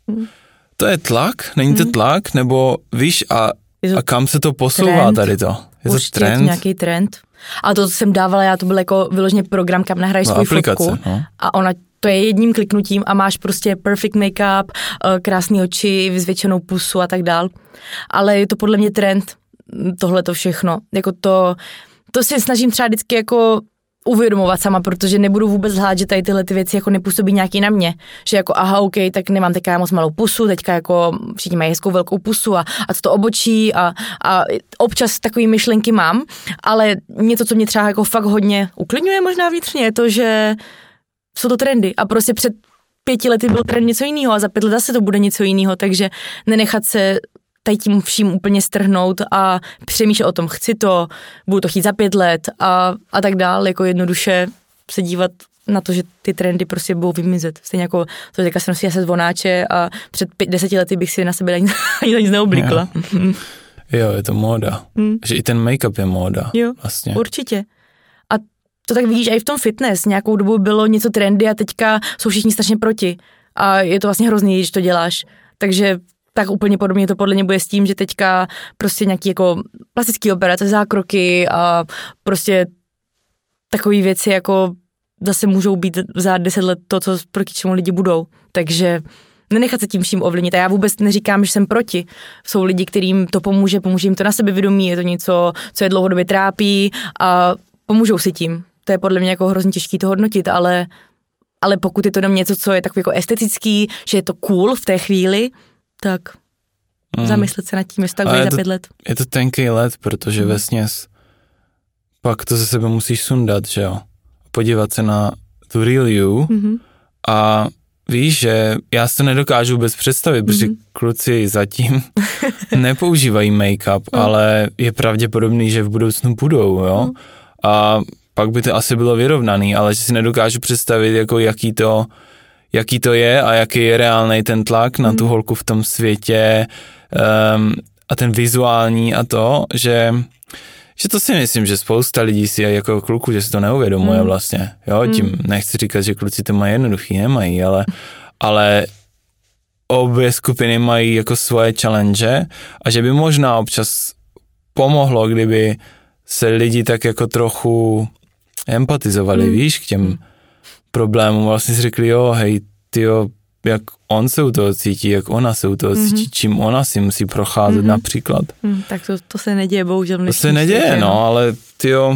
to je tlak, není to tlak, nebo víš a kam se to posouvá trend, tady to? Je určitě to trend? Je to nějaký trend. A to, co jsem dávala, já to byl jako vyloženě program, kam nahraješ svou fotku a ona to je jedním kliknutím a máš prostě perfect make-up, krásný oči, vyzvětšenou pusu a tak dál. Ale je to podle mě trend, tohle to všechno. Jako to si snažím třeba vždycky jako uvědomovat sama, protože nebudu vůbec lhát, že tady tyhle ty věci jako nepůsobí nějaký na mě. Že jako aha, OK, tak nemám teďka moc malou pusu, teďka jako všichni mají hezkou velkou pusu a co to obočí a občas takový myšlenky mám, ale něco, co mě třeba jako fakt hodně uklidňuje možná vnitřně, je to, že jsou to trendy a prostě před 5 lety byl trend něco jiného a za 5 let zase to bude něco jiného, takže nenechat se tady tím vším úplně strhnout a přemýšlet o tom, chci to, budu to chtít za 5 let a tak dál, jako jednoduše se dívat na to, že ty trendy prostě budou vymizet. Stejně jako to teďka jsem si asi zvonáče a před 10 lety bych si na sebe ani nic neoblíkla. Jo, je to móda. Že i ten make-up je móda. Jo, vlastně. Určitě. A to tak vidíš i v tom fitness. Nějakou dobu bylo něco trendy a teďka jsou všichni strašně proti. A je to vlastně hrozný, když to děláš. Takže tak úplně podobně to podle mě bude s tím, že teďka prostě nějaký jako plastický operace, zákroky a prostě takové věci jako zase můžou být za 10 let to, co proti čemu lidi budou. Takže nenechat se tím vším ovlivnit. A já vůbec neříkám, že jsem proti. Jsou lidi, kterým to pomůže jim to na sebevědomí, je to něco, co je dlouhodobě trápí a pomůžou si tím. To je podle mě jako hrozně těžký to hodnotit, ale pokud je to jenom něco, co je takový jako estetický, že je to cool v té chvíli, tak zamyslet se nad tím, jestli tak bude za 5 let. Je to tenký let, protože vesměs pak to ze sebe musíš sundat, že jo? Podívat se na tu real you a víš, že já si to nedokážu vůbec představit, protože kluci zatím nepoužívají make-up, ale je pravděpodobný, že v budoucnu budou, jo? A pak by to asi bylo vyrovnaný, ale že si nedokážu představit, jako jaký to je a jaký je reálnej ten tlak na tu holku v tom světě a ten vizuální a to, že to si myslím, že spousta lidí si jako kluku, že si to neuvědomuje vlastně. Jo, tím nechci říkat, že kluci to mají jednoduchý, nemají, ale obě skupiny mají jako svoje challenge a že by možná občas pomohlo, kdyby se lidi tak jako trochu empatizovali, víš, k těm problémům. Vlastně si řekli, jo, hej, tyjo, jak on se u toho cítí, jak ona se u toho cítí, čím ona si musí procházet například. Tak to se neděje, bohužel. To se neděje, no, ale tyjo,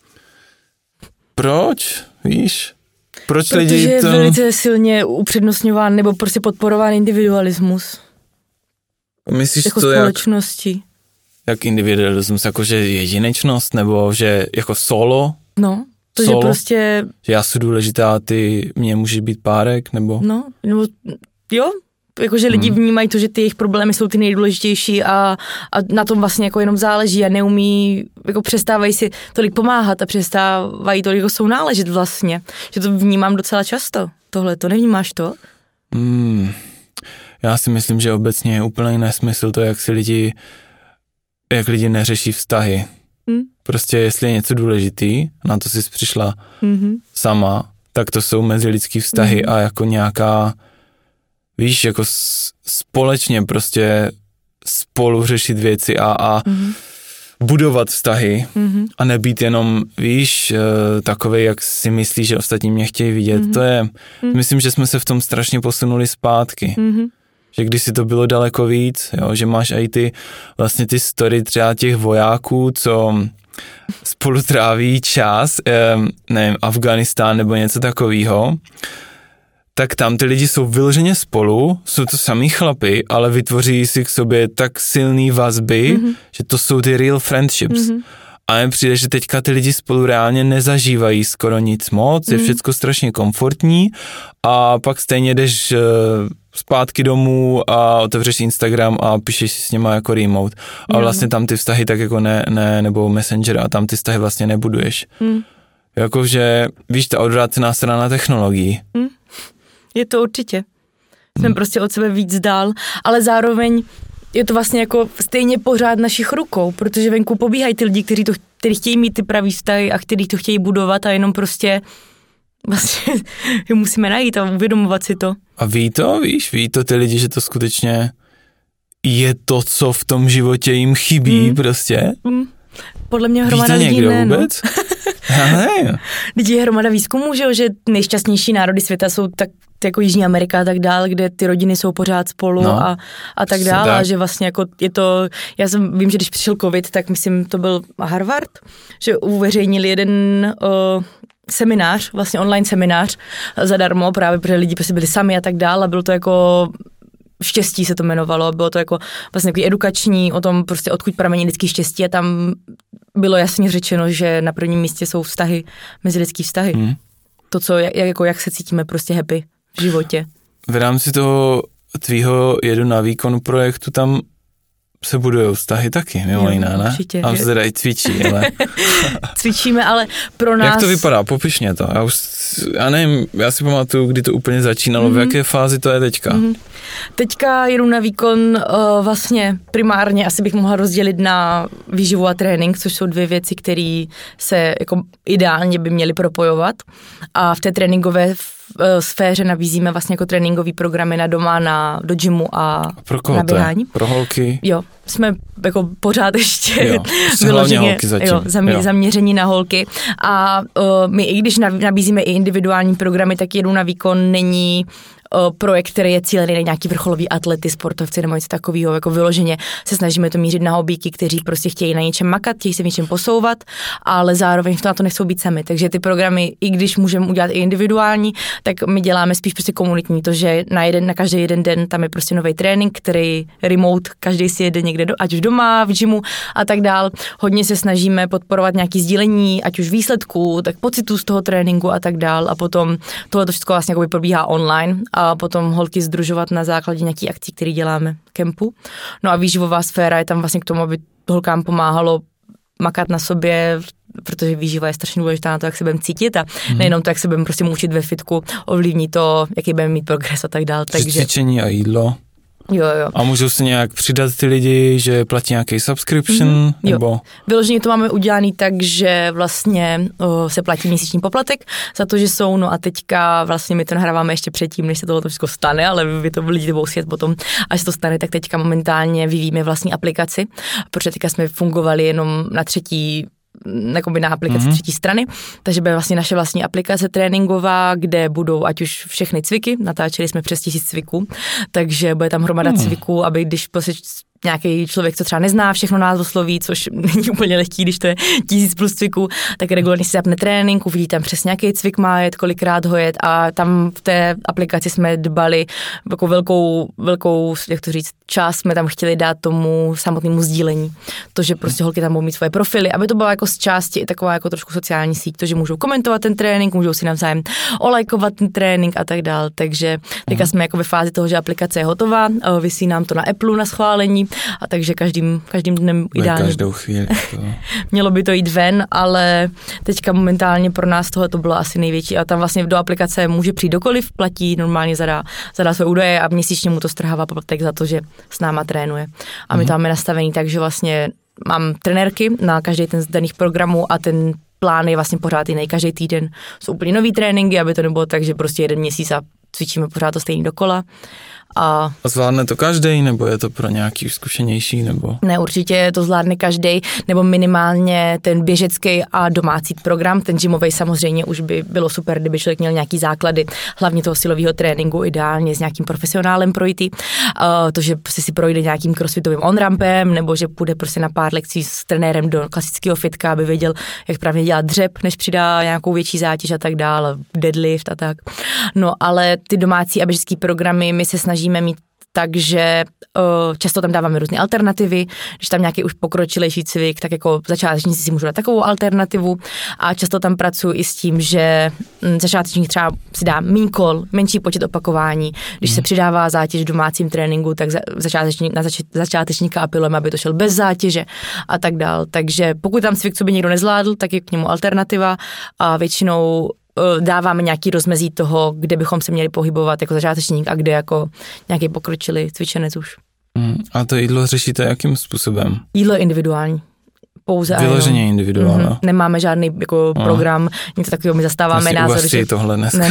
proč, víš? Proč protože lidi to... je velice silně upřednostňován nebo prostě podporován individualismus. Myslíš jako to společnosti. Jak individualismus, jako že jedinečnost, nebo že jako solo? No, to solo? Že prostě... Že já jsem důležitá, ty mě můžeš být párek, nebo... No, nebo jo, jakože lidi vnímají to, že ty jejich problémy jsou ty nejdůležitější a na tom vlastně jako jenom záleží a neumí, jako přestávají si tolik pomáhat a přestávají tolik jako sounáležet vlastně. Že to vnímám docela často. Tohle, to nevnímáš to? Já si myslím, že obecně je úplný nesmysl to, jak si lidi jak lidi neřeší vztahy. Prostě jestli je něco důležitý, na to jsi přišla sama, tak to jsou mezilidský vztahy a jako nějaká, víš, jako společně prostě spolu řešit věci a budovat vztahy a nebýt jenom, víš, takovej, jak si myslíš, že ostatní mě chtějí vidět. To je, myslím, že jsme se v tom strašně posunuli zpátky. Že když si to bylo daleko víc, jo, že máš i ty, vlastně ty story třeba těch vojáků, co spolu tráví čas, nevím, Afghánistán nebo něco takového, tak tam ty lidi jsou vyloženě spolu, jsou to samý chlapy, ale vytvoří si k sobě tak silný vazby, že to jsou ty real friendships. A mně přijde, že teďka ty lidi spolu reálně nezažívají skoro nic moc, je všecko strašně komfortní a pak stejně jdeš zpátky domů a otevřeš Instagram a píšeš si s něma jako remote. A vlastně tam ty vztahy tak jako ne nebo Messenger a tam ty vztahy vlastně nebuduješ. Jakože, víš, ta odvrácená strana technologií. Je to určitě. Jsme prostě od sebe víc dál, ale zároveň je to vlastně jako stejně pořád našich rukou, protože venku pobíhají ty lidi, kteří chtějí mít ty pravý vztahy a kteří to chtějí budovat a jenom prostě vlastně je musíme najít a uvědomovat si to. A ví to ty lidi, že to skutečně je to, co v tom životě jim chybí prostě? Podle mě hromada lidí někdo vůbec? Lidi je hromada výzkumů, že nejšťastnější národy světa jsou tak jako Jižní Amerika a tak dále, kde ty rodiny jsou pořád spolu a tak dále. A že vlastně jako je to, vím, že když přišel covid, tak myslím, to byl Harvard, že uveřejnili jeden seminář, vlastně online seminář zadarmo, právě protože lidi prostě byli sami a tak dále a bylo to jako štěstí se to jmenovalo, bylo to jako vlastně takový edukační o tom prostě odkud pramení lidský štěstí a tam bylo jasně řečeno, že na prvním místě jsou vztahy, mezilidský vztahy. To, co, jak se cítíme prostě happy v životě. V rámci toho tvýho Jedu na výkon projektu tam se budujou vztahy taky, mimo jiná, ne? Určitě. A se teda i cvičí, ale... Cvičíme, ale pro nás... Jak to vypadá? Popiš mě to. Já nevím, já si pamatuju, kdy to úplně začínalo, v jaké fázi to je teďka. Teďka jedu na výkon vlastně primárně asi bych mohla rozdělit na výživu a trénink, což jsou dvě věci, které se jako ideálně by měly propojovat. A v té tréninkové sféře nabízíme vlastně jako tréninkový programy na doma, do gymu a pro koho na běhání. Pro holky? Jo, jsme jako pořád ještě vyloženě zaměření na holky. A my i když nabízíme i individuální programy, tak Jedu na výkon není projekt, který je cílený na nějaký vrcholový atlety, sportovci nebo něco takového, jako vyloženě se snažíme to mířit na hobíky, kteří prostě chtějí na něčem makat, chtějí se v něčem posouvat, ale zároveň na to nechcou být sami. Takže ty programy, i když můžeme udělat i individuální, tak my děláme spíš prostě komunitní, to, že na každý jeden den tam je prostě nový trénink, který remote, každý si jede někde, ať už doma, v gymu a tak dál. Hodně se snažíme podporovat nějaký sdílení, ať už výsledků, tak pocitů z toho tréninku a tak dál a potom tohle to všechno vlastně probíhá online a potom holky sdružovat na základě nějakých akcí, které děláme v kempu. No a výživová sféra je tam vlastně k tomu, aby holkám pomáhalo makat na sobě, protože výživa je strašně důležitá na to, jak se budeme cítit a nejenom to, jak se budeme prostě mučit ve fitku, ovlivní to, jaký budeme mít progres a tak dál. Takže cvičení a jídlo. Jo. A můžou se nějak přidat ty lidi, že platí nějaký subscription? Nebo... Jo. Vyloženě to máme udělaný tak, že vlastně se platí měsíční poplatek za to, že jsou, no a teďka vlastně my to nahráváme ještě předtím, než se tohle všechno stane, ale vy to lidi to budou svět potom, až se to stane, tak teďka momentálně vyvíjíme vlastní aplikaci, protože teďka jsme fungovali jenom na na aplikaci třetí strany, takže bude vlastně naše vlastní aplikace tréninková, kde budou ať už všechny cviky, natáčeli jsme přes 1000 cviků, takže bude tam hromada cviků, aby když prostě nějaký člověk, co třeba nezná všechno nás osloví, což není úplně lehký, když to je 1000 plus cviků, tak regulárně si zapne trénink, uvidí tam přesně nějaký cvik má jet, kolikrát ho jet a tam v té aplikaci jsme dbali jako velkou, jak to říct, čas jsme tam chtěli dát tomu samotnému sdílení. To, že prostě holky tam budou mít svoje profily, aby to byla jako z části taková jako trošku sociální síť, to, že můžou komentovat ten trénink, můžou si navzájem olajkovat ten trénink a tak dál. Takže teďka jsme jako ve fázi toho, že aplikace je hotová, visí nám to na Apple na schválení. A takže každým dnem ideálně. Každou chvíli. Mělo by to jít ven, ale teďka momentálně pro nás tohle to bylo asi největší. A tam vlastně do aplikace může přijít dokoliv, platí, normálně zadá své údaje a měsíčně mu to strhává poplatek za to, že s náma trénuje. A my to máme nastavený tak, že vlastně mám trenérky na každý ten z daných programů a ten plán je vlastně pořád jiný. Každý týden jsou úplně nový tréninky, aby to nebylo tak, že prostě jeden měsíc a cvičíme pořád to stejný dokola. A zvládne to každý, nebo je to pro nějaký zkušenější, nebo? Ne, určitě to zvládne každý, nebo minimálně ten běžecký a domácí program, ten gymový samozřejmě už by bylo super, kdyby člověk měl nějaký základy, hlavně toho silového tréninku, ideálně s nějakým profesionálem projít. To, že si projde nějakým crossfitovým on-rampem, nebo že půjde prostě na pár lekcí s trenérem do klasického fitka, aby věděl, jak právě dělat dřep, než přidá nějakou větší zátěž a tak dále, deadlift a tak. No, ale ty domácí a běžecký programy my se snažíme mít takže často tam dáváme různé alternativy, když tam nějaký už pokročilejší cvik, tak jako začátečníci si můžou dát takovou alternativu a často tam pracuji i s tím, že začátečník třeba si dá méně kol, menší počet opakování, když se přidává zátěž v domácím tréninku, tak na začátečníka apelujeme, aby to šel bez zátěže a tak dál, takže pokud tam cvik, co by někdo nezvládl, tak je k němu alternativa a většinou dáváme nějaký rozmezí toho, kde bychom se měli pohybovat jako začátečník a kde jako nějaký pokročilý cvičenec už. A to jídlo řešíte jakým způsobem? Jídlo je individuální. Pouze vyloženě individuálně. Nemáme žádný jako program, něco takového, my zastáváme názor, že tohle dneska.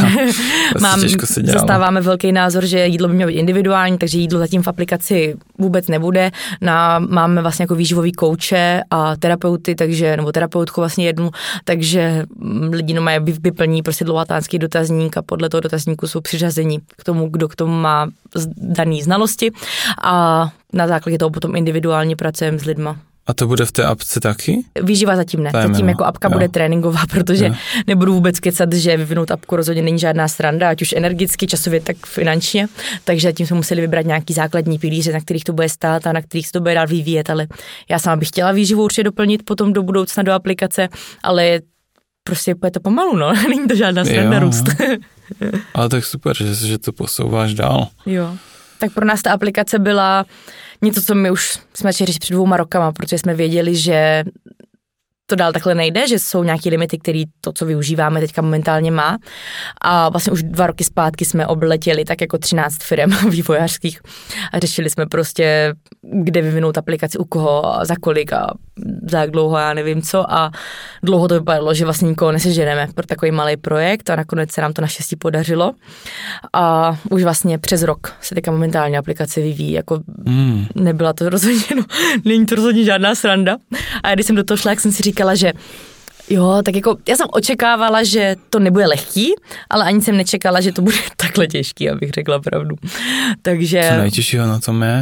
Zastáváme velký názor, že jídlo by mělo být individuální, takže jídlo zatím v aplikaci vůbec nebude. Máme vlastně jako výživový kouče a terapeuty, takže nebo terapeutku vlastně jednu, takže lidi mají vyplní prostě dlouhatánský dotazník a podle toho dotazníku jsou přiřazení k tomu, kdo k tomu má daný znalosti a na základě toho potom individuálně pracujeme s lidma. A to bude v té apce taky? Výživa zatím ne. Zatím jako apka bude tréninková, protože nebudu vůbec kecat, že vyvinout apku rozhodně není žádná sranda, ať už energicky, časově, tak finančně. Takže zatím jsme museli vybrat nějaký základní pilíře, na kterých to bude stát a na kterých se to bude dál vyvíjet, ale já sama bych chtěla výživu určitě doplnit potom do budoucna do aplikace, ale prostě je to pomalu, no. Není to žádná sranda růst. Ale tak super, že to posouváš dál. Jo. Tak pro nás ta aplikace byla něco, co my už jsme začali řešit před 2 rokama, protože jsme věděli, že to dál takhle nejde, že jsou nějaké limity, které to, co využíváme teďka momentálně má. A vlastně už 2 roky zpátky jsme obletěli tak jako 13 firem vývojářských a řešili jsme prostě, kde vyvinout aplikaci u koho a za kolik a za jak dlouho, já nevím co. A dlouho to vypadalo, že vlastně nikoho neseženeme pro takový malý projekt a nakonec se nám to naštěstí podařilo. A už vlastně přes rok se teďka momentálně aplikace vyvíjí. Jako nebyla to rozhodně, není to rozhodně žádná sranda. A když jsem do toho šla, jak jsem si říkala, že jo, tak jako já jsem očekávala, že to nebude lehký, ale ani jsem nečekala, že to bude takhle těžký, abych řekla pravdu. Takže... Co nejtěžšího na tom je?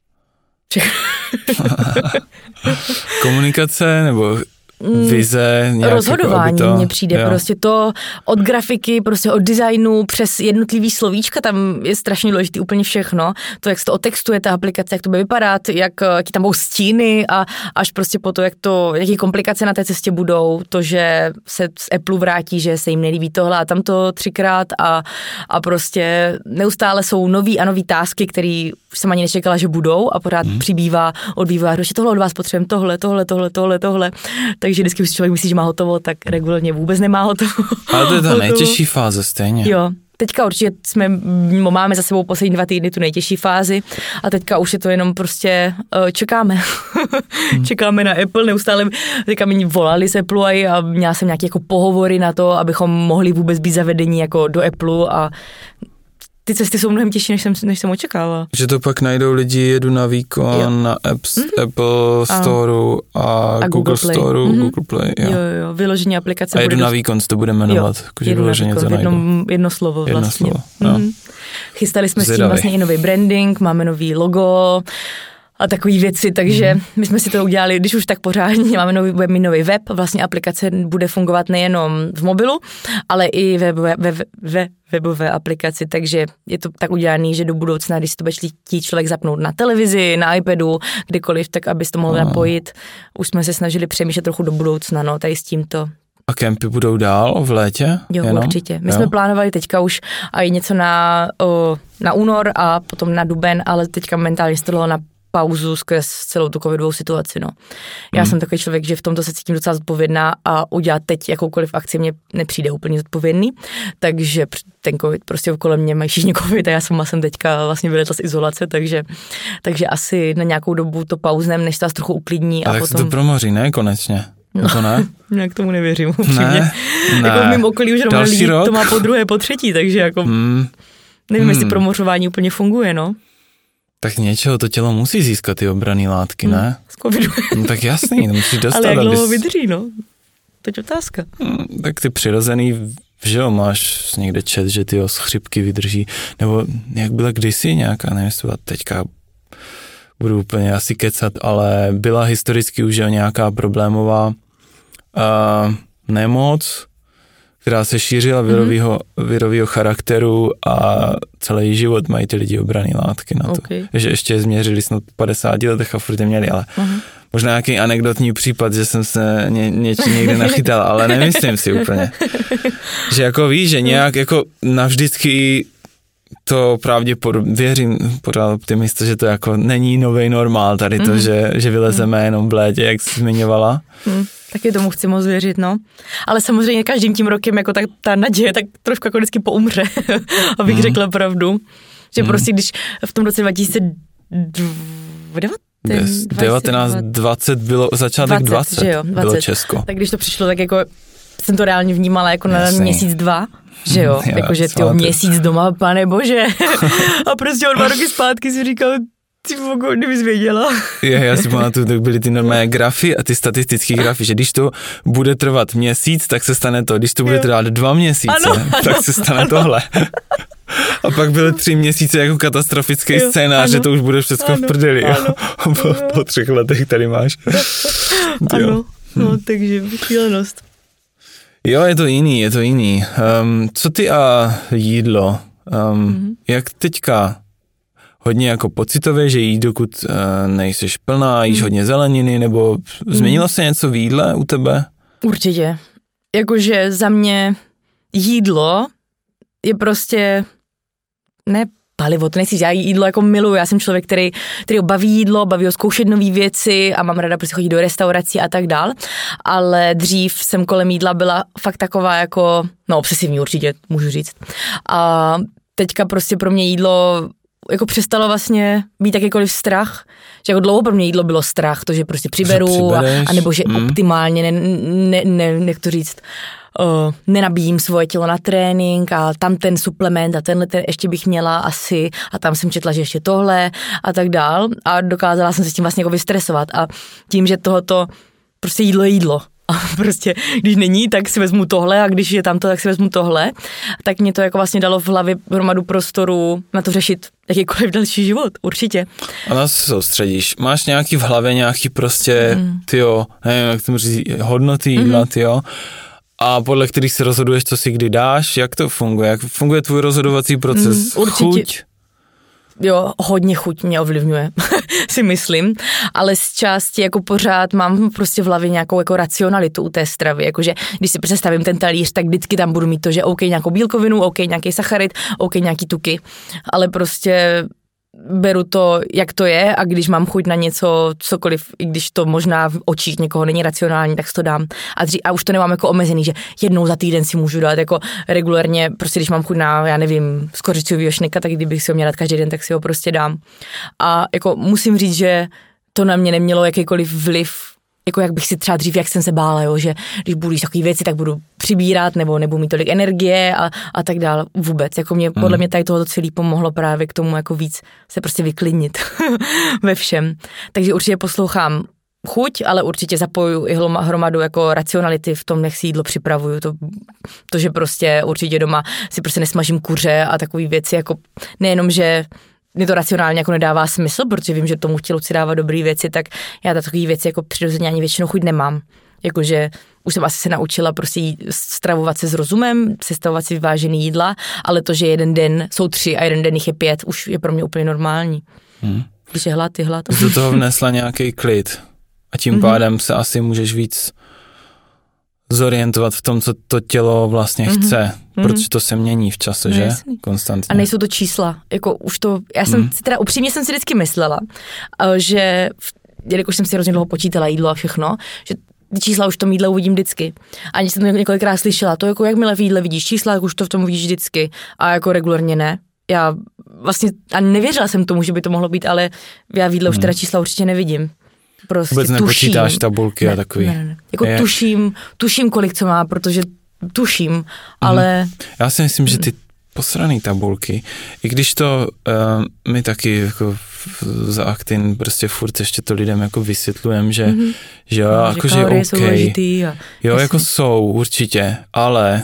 Komunikace nebo vize, nějak rozhodování jako mně přijde prostě to od grafiky, prostě od designu přes jednotlivý slovíčka, tam je strašně důležitý úplně všechno, to jak se to otextuje ta aplikace, jak to bude vypadat, jaký tam budou stíny a až prostě po to, jaký komplikace na té cestě budou, to, že se z Apple vrátí, že se jim nelíbí tohle a tamto 3krát a prostě neustále jsou nový a nový tásky, který jsem ani nečekala, že budou a pořád přibývá od vývojářů, že tohle od vás potřebujeme, tohle. Takže vždycky, když člověk myslí, že má hotovo, tak regulárně vůbec nemá hotovo. Ale to je ta nejtěžší fáze stejně. Jo, teďka určitě máme za sebou poslední 2 týdny tu nejtěžší fázi a teďka už je to jenom prostě čekáme. Čekáme na Apple, neustále teďka mi volali z Apple a měla jsem nějaké jako pohovory na to, abychom mohli vůbec být zavedení jako do Apple a ty cesty jsou mnohem těžší, než jsem očekávala. Že to pak najdou lidi, jedu na výkon, na Apple Storeu a Google Play. Storeu, Google Play. Jo, vyložení aplikace. A jedu na výkon, to bude jmenovat. Jedno slovo vlastně. Chystali jsme s tím vlastně i nový branding, máme nový logo a takové věci, takže my jsme si to udělali, když už tak pořádně, máme nový web, vlastně aplikace bude fungovat nejenom v mobilu, ale i ve webové aplikaci, takže je to tak udělané, že do budoucna, když si to bude chtít člověk zapnout na televizi, na iPadu, kdekoliv, tak aby to mohl napojit. Už jsme se snažili přemýšlet trochu do budoucna, tady s tímto. A kempy budou dál v létě? Jo, určitě. My jsme plánovali teďka už a i něco na únor a potom na duben, ale teďka momentálně se to dalo na pauzu skrz celou tu covidovou situaci, no. Já jsem takový člověk, že v tomto se cítím docela zodpovědná a udělat teď jakoukoliv akci mě nepřijde úplně zodpovědný, takže ten covid, prostě kolem mě mají všichni covid a já sama jsem teďka vlastně vyletla z izolace, takže asi na nějakou dobu to pauznem, než se trochu uklidní. A tak potom... se to promoří, ne, konečně? No, ne? Já k tomu nevěřím, upřímně. Ne. Jako v mým okolí už lidí to má po druhé, po třetí, takže jako nevím, jestli promořování úplně funguje, no. Tak něčeho to tělo musí získat ty obranné látky, ne? Z covidu. No tak jasný, to musíš dostat. Ale jak dlouho vydrží, no? Teď otázka. Tak ty přirozený, že jo, máš někde čet, že ty z chřipky vydrží, nebo jak byla kdysi nějaká, nevím, jestli byla teďka, budu úplně asi kecat, ale byla historicky už nějaká problémová nemoc, která se šířila virového charakteru a celý život mají ty lidi obranné látky na to. Že ještě změřili snad 50 letech a furt je měli, ale možná nějaký anekdotní případ, že jsem se někde nachytal, ale nemyslím si úplně. Že jako víš, že nějak jako navždycky to pravděpodobně, věřím pořád optimista, že to jako není novej normál tady to, že vylezeme jenom v létě, jak jsi zmiňovala. Taky tomu chci moc věřit, no. Ale samozřejmě každým tím rokem jako ta naděje tak trošku jako vždycky poumře, abych řekla pravdu. Že prostě když v tom roce 1920 bylo začátek 20 bylo Česko. Tak když to přišlo, tak jako jsem to reálně vnímala jako na měsíc, dva, že jo, jakože tyjo, měsíc doma, pane bože. A prostě o 2 roky zpátky si říkal, ty vogo, nebys věděla. Já si pamatuju, tak byly ty normální grafy a ty statistické grafy, že když to bude trvat měsíc, tak se stane to, když to bude trvat 2 měsíce, tak se stane tohle. A pak byly 3 měsíce jako katastrofický scénář, že to už bude všechno v prdeli. Po 3 letech tady máš. Ano, no, takže šílenost. Jo, je to jiný. Co ty a jídlo? Jak teďka? Hodně jako pocitově, že jíš, dokud nejseš plná, jíš hodně zeleniny, nebo změnilo se něco v jídle u tebe? Určitě. Jakože za mě jídlo je prostě ne palivo, to nejsi, já jídlo jako miluju, já jsem člověk, který ho baví jídlo, baví ho zkoušet nové věci a mám ráda prostě chodit do restaurací a tak dál, ale dřív jsem kolem jídla byla fakt taková jako, no obsesivní určitě, můžu říct. A teďka prostě pro mě jídlo jako přestalo vlastně být jakýkoliv strach, že jako dlouho pro mě jídlo bylo strach, to, že prostě přiberu, a nebo že optimálně, jak to říct, nenabíjím svoje tělo na trénink a tam ten suplement a tenhle ještě bych měla asi a tam jsem četla, že ještě tohle a tak dál a dokázala jsem se s tím vlastně jako vystresovat a tím, že tohoto prostě jídlo je jídlo. A prostě, když není, tak si vezmu tohle a když je tamto, tak si vezmu tohle. Tak mě to jako vlastně dalo v hlavě hromadu prostoru na to řešit jakýkoliv další život, určitě. A na co se soustředíš? Máš nějaký v hlavě nějaký prostě, tyjo, nevím, jak tomu říct, hodnoty jídla, tyjo, a podle kterých se rozhoduješ, co si kdy dáš, jak to funguje? Jak funguje tvůj rozhodovací proces? Určitě. Chuť? Jo, hodně chuť mě ovlivňuje, si myslím, ale z části jako pořád mám prostě v hlavě nějakou jako racionalitu u té stravy, jakože když si představím ten talíř, tak vždycky tam budu mít to, že OK nějakou bílkovinu, OK nějaký sacharid, OK nějaký tuky, ale prostě beru to, jak to je a když mám chuť na něco, cokoliv, i když to možná v očích někoho není racionální, tak si to dám. A už to nemám jako omezený, že jednou za týden si můžu dát jako regulérně, prostě když mám chuť na, já nevím, skořicovýho šnika, tak kdybych si ho měla dát každý den, tak si ho prostě dám. A jako musím říct, že to na mě nemělo jakýkoliv vliv, jako jak bych si třeba dřív, jak jsem se bála, jo, že když budu jíst takové věci, tak budu přibírat nebo nebudu mít tolik energie a tak dál vůbec. Jako podle mě tady tohoto celý pomohlo právě k tomu jako víc se prostě vyklidnit ve všem. Takže určitě poslouchám chuť, ale určitě zapojuju i hromadu jako racionality v tom, jak si jídlo připravuju. To, že prostě určitě doma si prostě nesmažím kuře a takové věci, jako nejenom, že mě to racionálně jako nedává smysl, protože vím, že tomu tělu chci dávat dobré věci, tak já takové věci jako přirozeně ani většinou chuť nemám. Jakože už jsem asi se naučila prostě stravovat se s rozumem, sestavovat si vyvážený jídla, ale to, že jeden den jsou 3 a jeden den jich je 5, už je pro mě úplně normální. Když je hlad, je hlad. Do toho vnesla nějaký klid a tím pádem se asi můžeš víc zorientovat v tom, co to tělo vlastně chce, protože to se mění v čase, že? Konstantně. A nejsou to čísla, jako už to, já jsem si teda upřímně jsem si vždycky myslela, že, jelikož jsem si hrozně dlouho počítala jídlo a všechno, že ty čísla už v tom jídle uvidím vždycky. Ani jsem to několikrát slyšela, to jako jakmile v jídle vidíš čísla, tak už to v tom uvidíš vždycky. A jako regulárně ne. Já vlastně ani nevěřila jsem tomu, že by to mohlo být, ale já v jídle už teda čísla určitě nevidím. Prostě vůbec nepočítáš tabulky a takový. Ne. Jako tuším, kolik co má, protože tuším, ale... Já si myslím, že ty posraný tabulky, i když to my taky jako za Actin prostě furt ještě to lidem jako vysvětlujeme, že jo, jakože je OK. Jo, jako jsou určitě, ale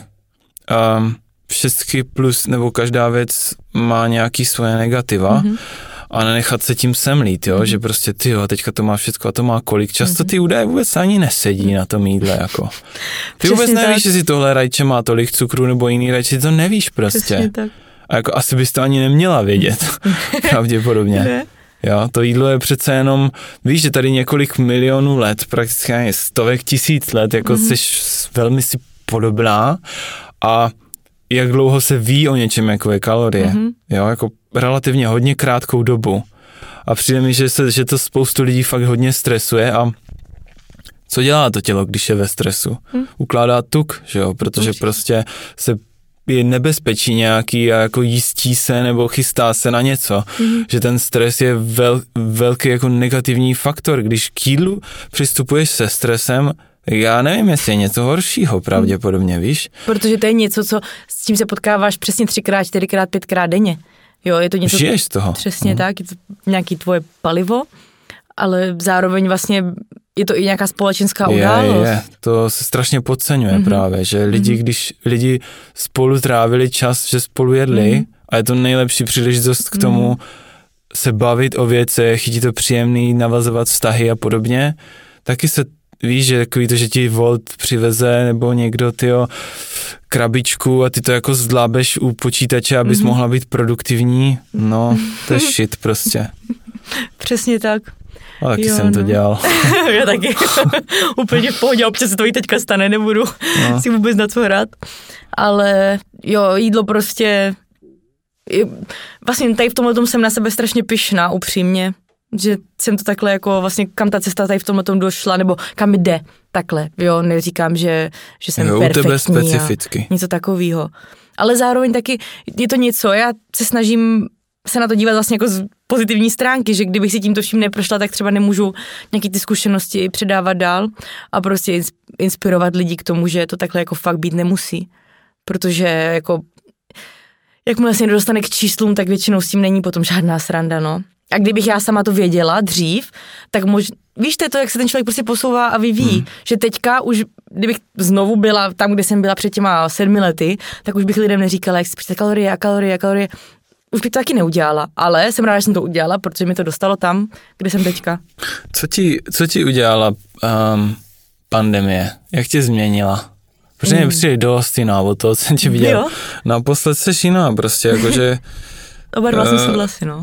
všechny plus, nebo každá věc má nějaký svoje negativa a nenechat se tím semlít, jo, že prostě teďka to má všechno a to má kolik. Často ty údaje vůbec ani nesedí na tom jídle, jako. Ty vůbec nevíš, jestli tohle rajče má tolik cukru nebo jiný rajče, ty to nevíš prostě. A jako asi bys to ani neměla vědět, pravděpodobně. Ne. Jo, to jídlo je přece jenom, víš, že tady několik milionů let, prakticky stovek tisíc let, jako jsi velmi si podobná a jak dlouho se ví o něčem, jako je kalorie, jo, jako relativně hodně krátkou dobu. A přijde mi, že to spoustu lidí fakt hodně stresuje a co dělá to tělo, když je ve stresu? Ukládá tuk, že jo, protože prostě se je nebezpečí nějaký a jako jistí se nebo chystá se na něco, že ten stres je velký jako negativní faktor, když k jídlu přistupuješ se stresem, já nevím, jestli je něco horšího pravděpodobně, víš? Protože to je něco, s čím se potkáváš přesně 3x, 4x, 5x denně. Jo, je to něco... Žiješ z toho. Přesně tak, je to nějaký tvoje palivo, ale zároveň vlastně je to i nějaká společenská událost. To se strašně podceňuje právě, že když lidi spolu trávili čas, že spolu jedli a je to nejlepší příležitost k tomu se bavit o věcech, chytit to příjemný, navazovat vztahy a podobně, taky se víš, že takový to, že ti Volt přiveze nebo někdo krabičku a ty to jako zdlábeš u počítače, abys mohla být produktivní, no to je shit prostě. Přesně tak. A taky jsem to dělal. Já taky. Úplně v pohodě, občas se to i teďka stane, nebudu si vůbec na co hrát. Ale jo, jídlo prostě, vlastně tady v tomhle tom jsem na sebe strašně pyšná, upřímně. Že jsem to takhle jako vlastně, kam ta cesta tady v tomhle tom došla, nebo kam jde takhle, jo, neříkám, že jsem perfektní a něco takového. Ale zároveň taky je to něco, já se snažím se na to dívat vlastně jako z pozitivní stránky, že kdybych si tímto vším neprošla, tak třeba nemůžu nějaký ty zkušenosti předávat dál a prostě inspirovat lidi k tomu, že to takhle jako fakt být nemusí. Protože jako jakmile se někdo dostane k číslům, tak většinou s tím není potom žádná sranda, no. A kdybych já sama to věděla dřív, tak víš, to je to, jak se ten člověk prostě posouvá a vyvíjí, že teďka už, kdybych znovu byla tam, kde jsem byla před těma 7 lety, tak už bych lidem neříkala, jak si přijde kalorie, už bych to taky neudělala, ale jsem ráda, že jsem to udělala, protože mi to dostalo tam, kde jsem teďka. Co ti udělala pandemie? Jak tě změnila? Protože mě přijde dost jiná, od toho jsem tě viděl. Naposled seš jiná, prostě jakože... Oba dva jsme souhlasí, no.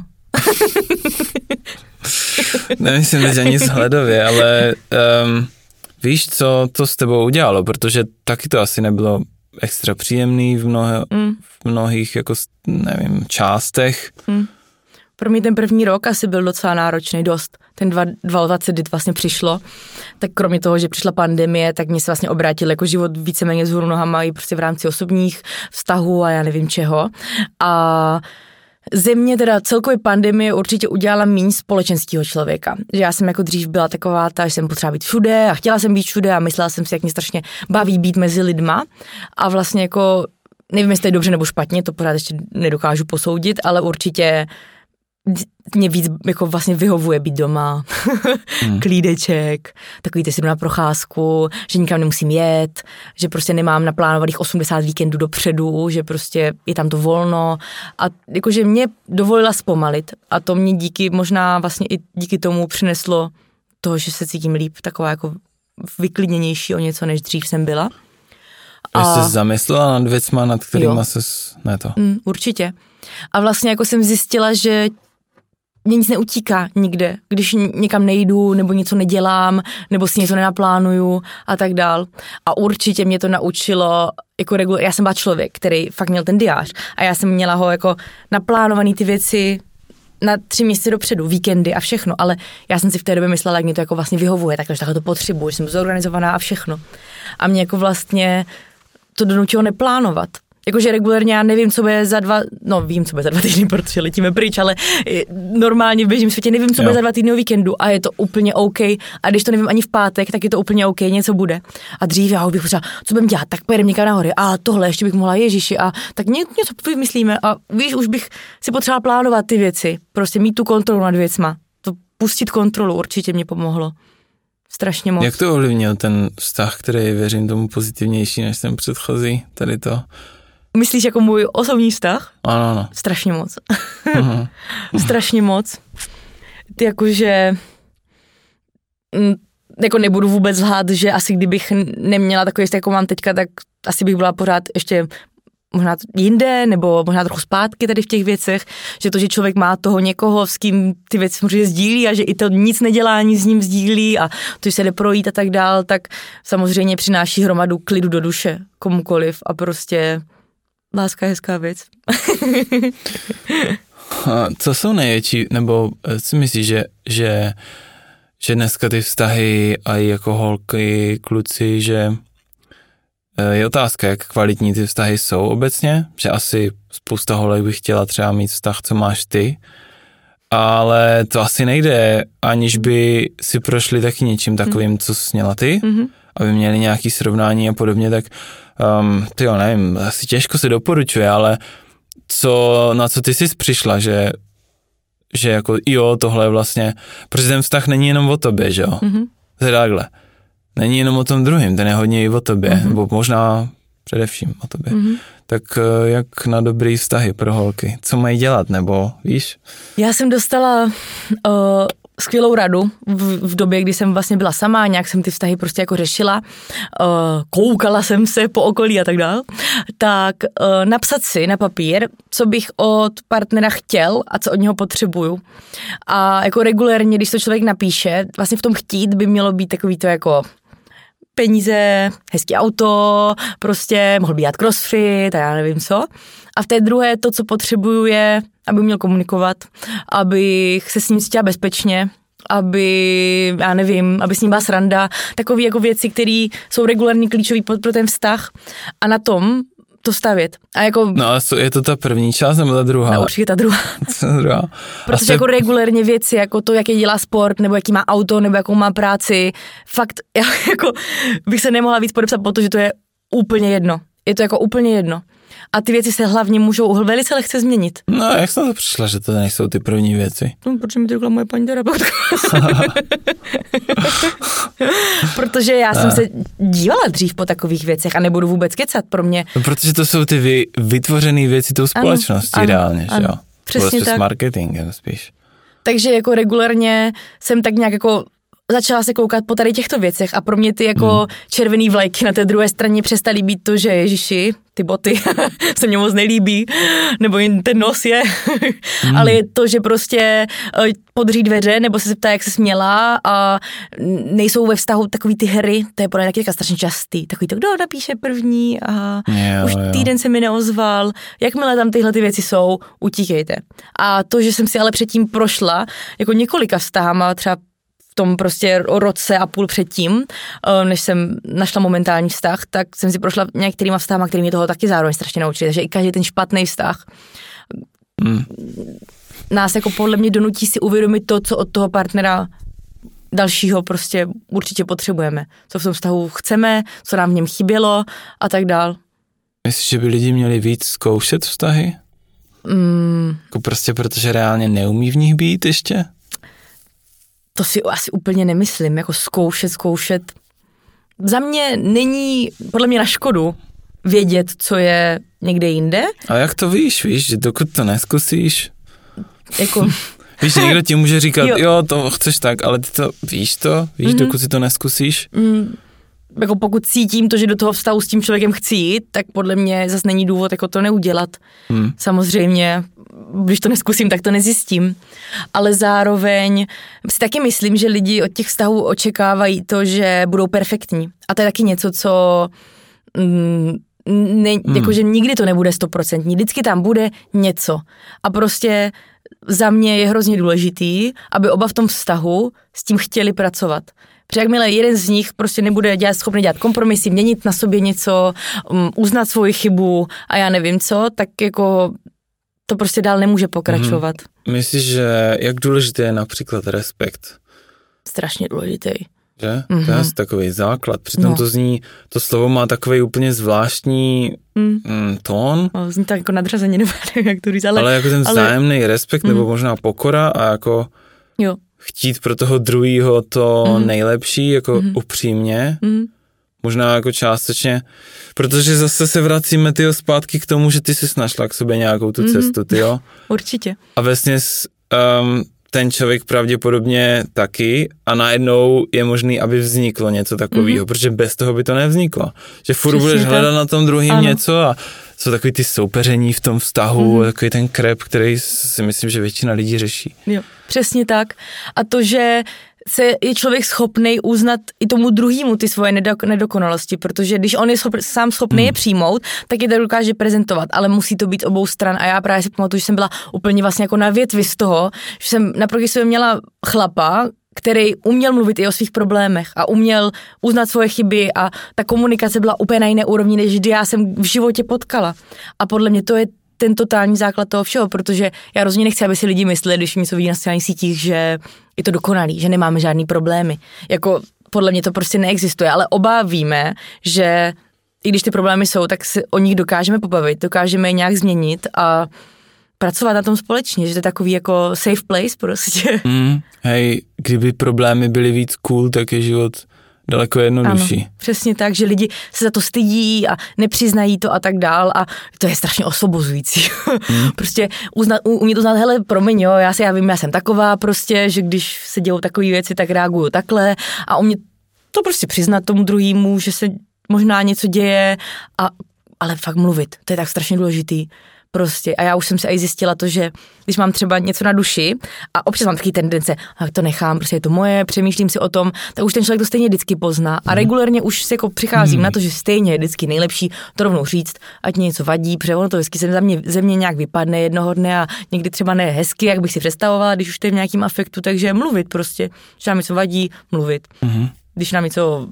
Nemyslím teď ani vzhledově, ale víš, co to s tebou udělalo, protože taky to asi nebylo extra příjemný v mnohých, jako, nevím, částech. Pro mě ten první rok asi byl docela náročný, dost. Ten 2020, kdy vlastně přišlo, tak kromě toho, že přišla pandemie, tak mě se vlastně obrátil jako život víceméně vzhůru nohama i prostě v rámci osobních vztahů a já nevím čeho. A země teda celkově pandemie určitě udělala méně společenského člověka. Že já jsem jako dřív byla taková ta, že jsem potřeba být všude a chtěla jsem být všude a myslela jsem si, jak mě strašně baví být mezi lidma a vlastně jako, nevím, jestli je dobře nebo špatně, to pořád ještě nedokážu posoudit, ale určitě mě víc jako vlastně vyhovuje být doma, klídeček, takový ty si jdu na procházku, že nikam nemusím jet, že prostě nemám naplánovaných 80 víkendů dopředu, že prostě je tam to volno a jakože mě dovolila zpomalit a to mě možná vlastně i díky tomu přineslo to, že se cítím líp, taková jako vyklidněnější o něco, než dřív jsem byla. A jsi zamyslela nad věcma, nad kterýma ses... Určitě. A vlastně jako jsem zjistila, že mě nic neutíká nikde, když někam nejdu, nebo něco nedělám, nebo si něco nenaplánuju a tak dál. A určitě mě to naučilo, jako já jsem byla člověk, který fakt měl ten diář a já jsem měla ho jako naplánovaný ty věci na 3 měsíce dopředu, víkendy a všechno, ale já jsem si v té době myslela, jak mě to jako vlastně vyhovuje, takže takhle to potřebuji, že jsem zorganizovaná a všechno. A mě jako vlastně to donutilo neplánovat. Jakože regulérně já nevím, co bude vím, co bude za 2 týdny, protože letíme pryč, ale normálně v běžném světě nevím, co bude za 2 týdny o víkendu a je to úplně OK. A když to nevím ani v pátek, tak je to úplně OK, něco bude. A dřív já bych potřeba, co budem dělat, tak pojedeme někam nahoře, a tohle ještě bych mohla, ježiši, a tak něco vymyslíme a víš, už bych si potřebovala plánovat ty věci, prostě mít tu kontrolu nad věcma. To pustit kontrolu určitě mě pomohlo. Strašně moc. Jak to ovlivnil ten vztah, který je, věřím tomu, pozitivnější než ten předchozí, tady to? Myslíš jako můj osobní vztah? Ano. Strašně moc. Strašně moc. Jakože jako nebudu vůbec lhát, že asi kdybych neměla takový vztah, jako mám teďka, tak asi bych byla pořád ještě možná jinde, nebo možná trochu zpátky tady v těch věcech, že to, že člověk má toho někoho, s kým ty věci samozřejmě sdílí a že i to nic nedělání s ním sdílí a to, že se jde projít a tak dál, tak samozřejmě přináší hromadu klidu do duše komukoliv a prostě láska je hezká věc. Co jsou největší, nebo si myslíš, že dneska ty vztahy a jako holky, kluci, že je otázka, jak kvalitní ty vztahy jsou obecně, že asi spousta holek by chtěla třeba mít vztah, co máš ty, ale to asi nejde, aniž by si prošli taky něčím takovým, co jsi měla ty, aby měli nějaký srovnání a podobně, tak nevím, asi těžko se doporučuje, ale na co ty jsi přišla, že jako tohle vlastně, protože ten vztah není jenom o tobě, že jo? Takhle. Není jenom o tom druhém, ten je hodně i o tobě, nebo možná především o tobě. Tak jak na dobrý vztahy pro holky? Co mají dělat, nebo víš? Já jsem dostala skvělou radu v době, kdy jsem vlastně byla sama, nějak jsem ty vztahy prostě jako řešila, koukala jsem se po okolí a tak dál, tak napsat si na papír, co bych od partnera chtěl a co od něho potřebuju. A jako regulérně, když to člověk napíše, vlastně v tom chtít by mělo být takový to jako peníze, hezký auto, prostě mohl by dělat crossfit a já nevím co. A v té druhé to, co potřebuju, je, aby měl komunikovat, abych se s ním cítila bezpečně, aby, já nevím, aby s ním byla sranda, takové jako věci, které jsou regulárně klíčové pro ten vztah a na tom to stavět. A jako, no a je to ta první část nebo ta druhá? No, určitě ta druhá. druhá. Protože jako regulérně věci, jako to, jaký dělá sport, nebo jaký má auto, nebo jakou má práci, fakt, já jako bych se nemohla víc podepsat po to, že to je úplně jedno. Je to jako úplně jedno. A ty věci se hlavně můžou velice lehce změnit. No, jak jsi na to přišla, že to nejsou ty první věci? No, protože mi to řekla moje paní terapeutka. Protože já jsem se dívala dřív po takových věcech a nebudu vůbec kecat pro mě. No, protože to jsou ty vytvořené věci tou společností reálně, že jo? Přesně prostě tak. S marketingem spíš. Takže jako regulérně jsem tak nějak jako začala se koukat po tady těchto věcech a pro mě ty jako červený vlajky na té druhé straně přestaly být to, že ježiši, ty boty se mě moc nelíbí, nebo jen ten nos je, ale je to, že prostě podří dveře, nebo se zeptá, jak se směla a nejsou ve vztahu takový ty hry, to je podle mě taky strašně častý, takový to, kdo napíše první a už týden se mi neozval, jakmile tam tyhle ty věci jsou, utíkejte. A to, že jsem si ale předtím prošla jako několika vztahama, třeba tom prostě roce a půl předtím, než jsem našla momentální vztah, tak jsem si prošla některýma vztahama, který mě toho taky zároveň strašně naučili. Takže i každý ten špatný vztah nás jako podle mě donutí si uvědomit to, co od toho partnera dalšího prostě určitě potřebujeme. Co v tom vztahu chceme, co nám v něm chybělo a tak dál. Myslíš, že by lidi měli víc zkoušet vztahy? Jako prostě protože reálně neumí v nich být ještě? To si asi úplně nemyslím, jako zkoušet. Za mě není, podle mě na škodu, vědět, co je někde jinde. A jak to víš, že dokud to neskusíš? Jako... Víš, někdo ti může říkat, jo, to chceš tak, ale ty to víš, dokud si to neskusíš? Jako pokud cítím to, že do toho vztahu s tím člověkem chci jít, tak podle mě zase není důvod jako to neudělat. Samozřejmě když to neskusím, tak to nezjistím. Ale zároveň si taky myslím, že lidi od těch vztahů očekávají to, že budou perfektní. A to je taky něco, co jakože nikdy to nebude 100%, vždycky tam bude něco. A prostě za mě je hrozně důležitý, aby oba v tom vztahu s tím chtěli pracovat. Protože jakmile jeden z nich prostě nebude schopný dělat kompromisy, měnit na sobě něco, uznat svoji chybu a já nevím co, tak jako to prostě dál nemůže pokračovat. Myslíš, že jak důležitý je například respekt? Strašně důležitý. Že? To je asi takový základ. Přitom to zní, to slovo má takový úplně zvláštní tón. Zní tak jako nadřazeně, nebo jak to říct. Ale jako ten vzájemný respekt, nebo možná pokora a jako chtít pro toho druhýho to nejlepší, jako upřímně. Možná jako částečně, protože zase se vracíme zpátky k tomu, že ty jsi našla k sobě nějakou tu cestu, tyjo. Určitě. A vlastně ten člověk pravděpodobně taky a najednou je možný, aby vzniklo něco takového, protože bez toho by to nevzniklo. Že furt Přesně budeš hledat na tom druhým něco a jsou takový ty soupeření v tom vztahu, takový ten krep, který si myslím, že většina lidí řeší. Jo, přesně tak. A to, že se je člověk schopný uznat i tomu druhému ty svoje nedokonalosti, protože když on je sám schopný je přijmout, tak je to dokáže prezentovat, ale musí to být obou stran a já právě si pamatuju, že jsem byla úplně vlastně jako na větvi z toho, že jsem naproti sobě měla chlapa, který uměl mluvit i o svých problémech a uměl uznat svoje chyby a ta komunikace byla úplně na jiné úrovni, než kdy já jsem v životě potkala. A podle mě to je ten totální základ toho všeho, protože já rozhodně nechci, aby si lidi mysleli, když něco vidí na sociálních sítích, že je to dokonalý, že nemáme žádný problémy. Jako podle mě to prostě neexistuje, ale oba víme, že i když ty problémy jsou, tak se o nich dokážeme pobavit, dokážeme je nějak změnit a pracovat na tom společně, že to je takový jako safe place prostě. Hej, kdyby problémy byly víc cool, tak je život daleko jednodušší. Ano, přesně tak, že lidi se za to stydí a nepřiznají to a tak dál a to je strašně osvobozující. Prostě umět uznat, hele, promiň, jo, já vím, já jsem taková prostě, že když se dějou takové věci, tak reaguju takhle a umět to prostě přiznat tomu druhému, že se možná něco děje, ale fakt mluvit, to je tak strašně důležitý. Prostě. A já už jsem si i zjistila to, že když mám třeba něco na duši a občas mám taky tendence, tak to nechám, prostě je to moje, přemýšlím si o tom, tak už ten člověk to stejně vždycky pozná. A regulérně už si jako přicházím na to, že stejně je vždycky nejlepší to rovnou říct, ať mě něco vadí, protože ono to vždycky ze mě nějak vypadne jednoho dne a někdy třeba ne hezky, jak bych si představovala, když už to je v nějakým afektu, takže mluvit prostě. Když nám něco vadí, mluvit. Když nám něco,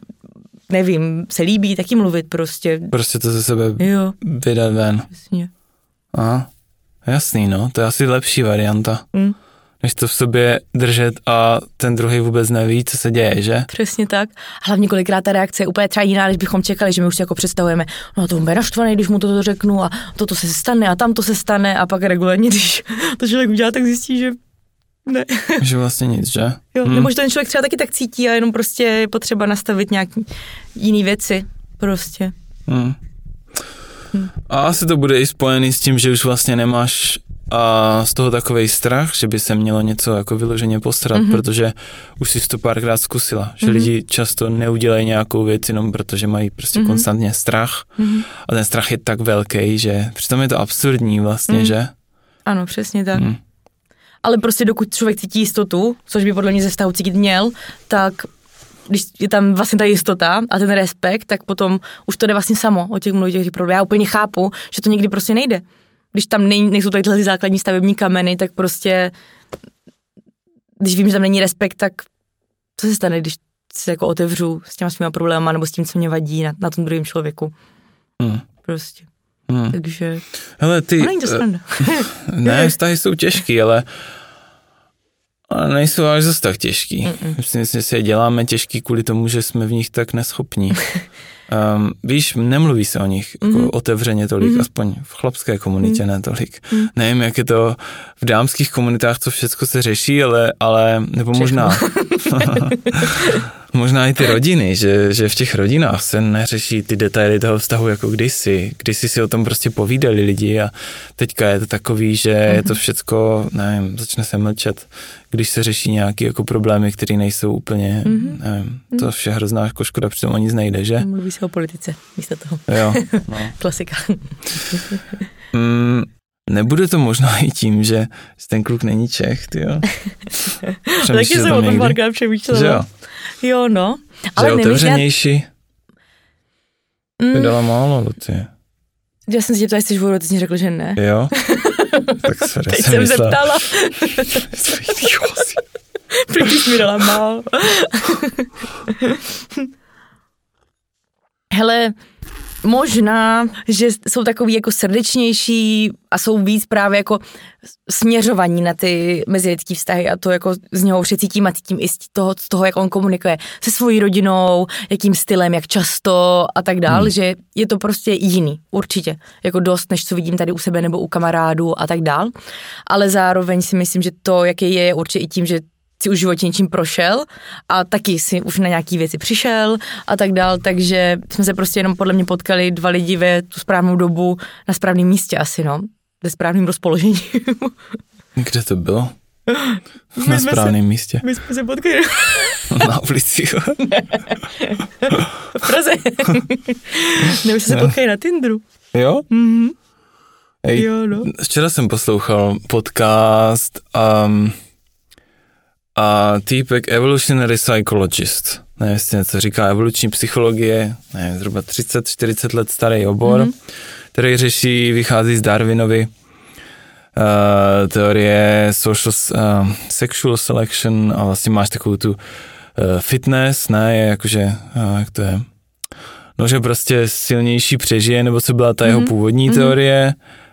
nevím, se líbí, taky mluvit prostě. Prostě to ze sebe vydat ven. Jasně. Aha, jasný, no, to je asi lepší varianta, než to v sobě držet a ten druhý vůbec neví, co se děje, že? Přesně tak. Hlavně kolikrát ta reakce je úplně třeba jiná, než bychom čekali, že my už si jako představujeme, no to bude naštvaný, když mu toto řeknu a toto se stane a tam to se stane a pak regulárně, když to člověk udělá, tak zjistí, že ne. Že vlastně nic, že? Jo, nebo že ten člověk třeba taky tak cítí a jenom prostě je potřeba nastavit nějaký jiný věci, prostě. A asi to bude i spojený s tím, že už vlastně nemáš z toho takovej strach, že by se mělo něco jako vyloženě postarat, protože už jsi to párkrát zkusila, že lidi často neudělají nějakou věc jenom protože mají prostě konstantně strach a ten strach je tak velký, že přitom je to absurdní vlastně, že? Ano, přesně tak. Ale prostě dokud člověk cítí jistotu, což by podle mě ze vztahu cítit měl, tak když je tam vlastně ta jistota a ten respekt, tak potom už to jde vlastně samo o těch mluvit problémů. Já úplně chápu, že to někdy prostě nejde. Když tam nejsou tady tyhle základní stavební kameny, tak prostě, když vím, že tam není respekt, tak co se stane, když se jako otevřu s těma svýma problémama nebo s tím, co mě vadí na tom druhém člověku. Prostě. Takže, hele, není to sranda. Ne, vztahy jsou těžký, ale nejsou až zase tak těžký. Myslím, že si je děláme těžký kvůli tomu, že jsme v nich tak neschopní. Víš, nemluví se o nich jako otevřeně tolik, aspoň v chlapské komunitě ne tolik. Nevím, jak je to v dámských komunitách, co všecko se řeší, ale nebo možná možná i ty rodiny, že v těch rodinách se neřeší ty detaily toho vztahu jako kdysi si o tom prostě povídali lidi a teďka je to takový, že je to všecko, nevím, začne se mlčet, když se řeší nějaké jako problémy, které nejsou úplně, nevím, to vše hrozná jako škoda, přitom o nic nejde, že? Mluví se o politice místo toho. Jo, no. Klasika. nebude to možná i tím, že ten kluk není Čech, tyjo. Taky jsem o tom párkrát přemýšlela. Jo, no. Ale že otevřenější. Ty dala málo, ty. Já jsem si tě ptala, jestli jsi vodu, ty jsi řekl, že ne. Jo? Tak sorry, teď jsem zeptala. Proč jsi mi dala málo? Hele, možná, že jsou takový jako srdečnější a jsou víc právě jako směřovaní na ty mezilidský vztahy a to jako z něho přecítím a cítím i z toho, jak on komunikuje se svojí rodinou, jakým stylem, jak často a tak dál, že je to prostě jiný, určitě, jako dost, než co vidím tady u sebe nebo u kamarádů a tak dál, ale zároveň si myslím, že to, jaký je určitě i tím, že si už v životě něčím prošel a taky si už na nějaký věci přišel a tak dál, takže jsme se prostě jenom podle mě potkali dva lidi ve tu správnou dobu na správném místě asi, no, ve správném rozpoložení. Kde to bylo? Na správném místě. My jsme se potkali. Na ulici. V Praze. Nebo jsme se potkali na Tinderu. Jo? Mhm. Ej, jo, no. Včera jsem poslouchal podcast a týpek Evolutionary Psychologist, nevím, jestli něco říká, evoluční psychologie, nevím, zhruba 30-40 let starý obor, který řeší, vychází z Darwinovy teorie sexual selection a vlastně máš takovou tu fitness, ne, je jakože, jak to je, no, že prostě silnější přežije, nebo co byla ta jeho původní teorie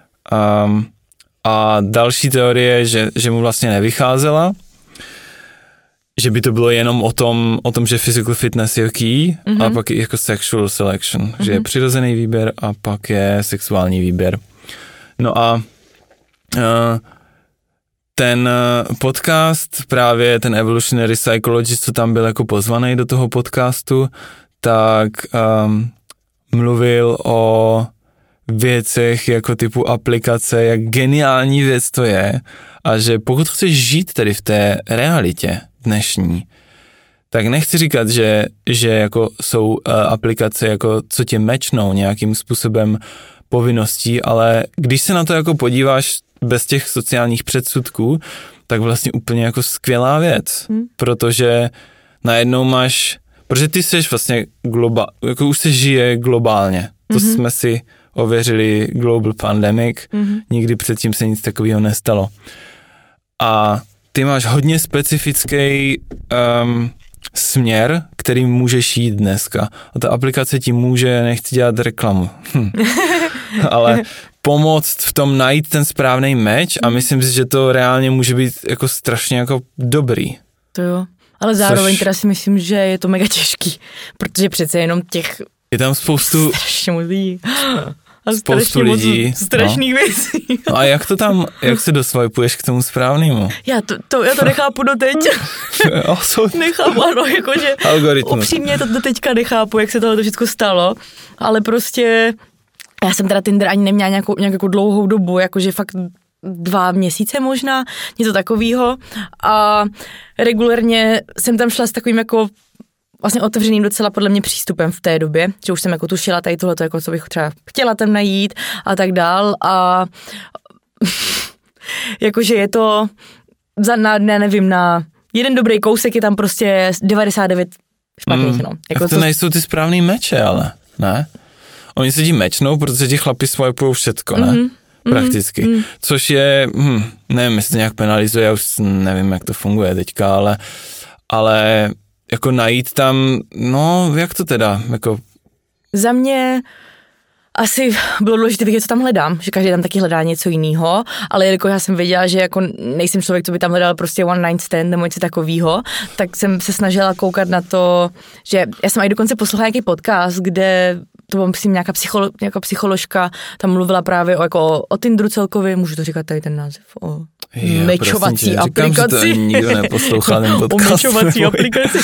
a další teorie, že mu vlastně nevycházela, že by to bylo jenom o tom, že physical fitness je key, a pak je jako sexual selection, že je přirozený výběr a pak je sexuální výběr. No a ten podcast, právě ten Evolutionary Psychologist, co tam byl jako pozvaný do toho podcastu, tak mluvil o věcech jako typu aplikace, jak geniální věc to je a že pokud chceš žít tady v té realitě dnešní, tak nechci říkat, že jako jsou aplikace, jako co tě matchnou nějakým způsobem povinností, ale když se na to jako podíváš bez těch sociálních předsudků, tak vlastně úplně jako skvělá věc, protože najednou máš, protože ty jsi vlastně jako už se žije globálně, to jsme si ověřili global pandemic, nikdy předtím se nic takového nestalo. A ty máš hodně specifický směr, který můžeš jít dneska. A ta aplikace ti může, nechci dělat reklamu, ale pomoct v tom najít ten správný match a myslím si, že to reálně může být jako strašně jako dobrý. To jo, ale zároveň teda si myslím, že je to mega těžký, protože přece jenom těch je tam spoustu strašně moc lidí. A spoustu lidí. Strašných věcí. No a jak se doswipuješ k tomu správnému? Já to nechápu doteď. Nechápu, ano, jakože algoritmus. Upřímně to doteďka nechápu, jak se tohle všechno stalo, ale prostě já jsem teda Tinder ani neměla nějakou dlouhou dobu, jakože fakt 2 měsíce možná, něco takového a regulérně jsem tam šla s takovým jako vlastně otevřeným docela podle mě přístupem v té době, že už jsem jako tušila tady tohleto, jako co bych třeba chtěla tam najít a tak dál a jakože je to na jeden dobrý kousek je tam prostě 99 špatných, no. Jako to nejsou ty správný meče, ale ne? Oni se ti mečnou, protože ti chlapi swipujou všetko, ne? Prakticky. Což je, nevím, jestli to nějak penalizuje, já už nevím, jak to funguje teďka, ale jako najít tam, no, jak to teda, jako... Za mě asi bylo důležité vidět, co tam hledám, že každý tam taky hledá něco jiného, ale jelikož já jsem věděla, že jako nejsem člověk, co by tam hledal prostě one night stand nebo něco takového, tak jsem se snažila koukat na to, že já jsem i dokonce poslouchala nějaký podcast, kde to byla myslím nějaká psycholožka, tam mluvila právě o Tinderu celkově, můžu to říkat tady ten název, o mečovací aplikaci. Říkám, že to nikdo neposlouchal ten podcast. O mečovací aplikaci.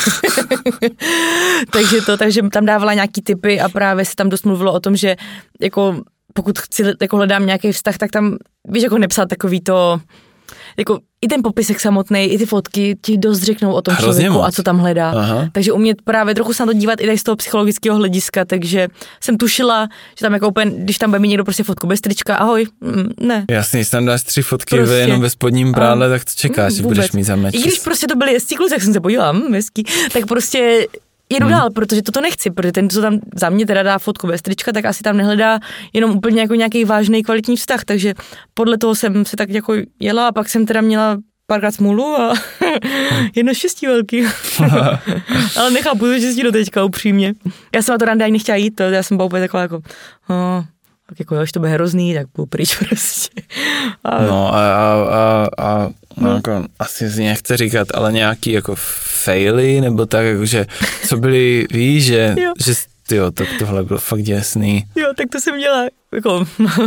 takže tam dávala nějaký tipy a právě se tam dost mluvilo o tom, že jako pokud jako hledám nějaký vztah, tak tam, víš, jako nepsat takový to, jako i ten popisek samotný, i ty fotky ti dost řeknou o tom Hrozně člověku moc. a co tam hledá. Aha. Takže umět právě trochu se na to dívat i tak z toho psychologického hlediska, takže jsem tušila, že tam jako úplně, když tam bude mít někdo prostě fotku bez trička, ahoj, ne. Jasně, když tam dáš 3 fotky Prostě. jenom ve spodním prádle, tak to čekáš, že budeš mít za meč. I když prostě to byly jezdcí kluci, jak jsem se podívala, hezký, tak prostě jedu dál, protože toto nechci, protože ten, co tam za mě teda dá fotku bez trička, tak asi tam nehledá jenom úplně jako nějaký vážný kvalitní vztah, takže podle toho jsem se tak jako jela a pak jsem teda měla párkrát smůlu a jedno štěstí velký. Ale nechápu to štěstí do teďka, upřímně. Já jsem na to rande ani nechtěla jít, já jsem byla úplně taková jako, tak jako jo, že to bude hrozný, tak půjdu pryč prostě. No a jako, asi si nechce říkat, ale nějaký jako faily, nebo tak, jakože, co byly, víš, že tyjo, tohle bylo fakt děsný. Jo, tak to jsem měla jako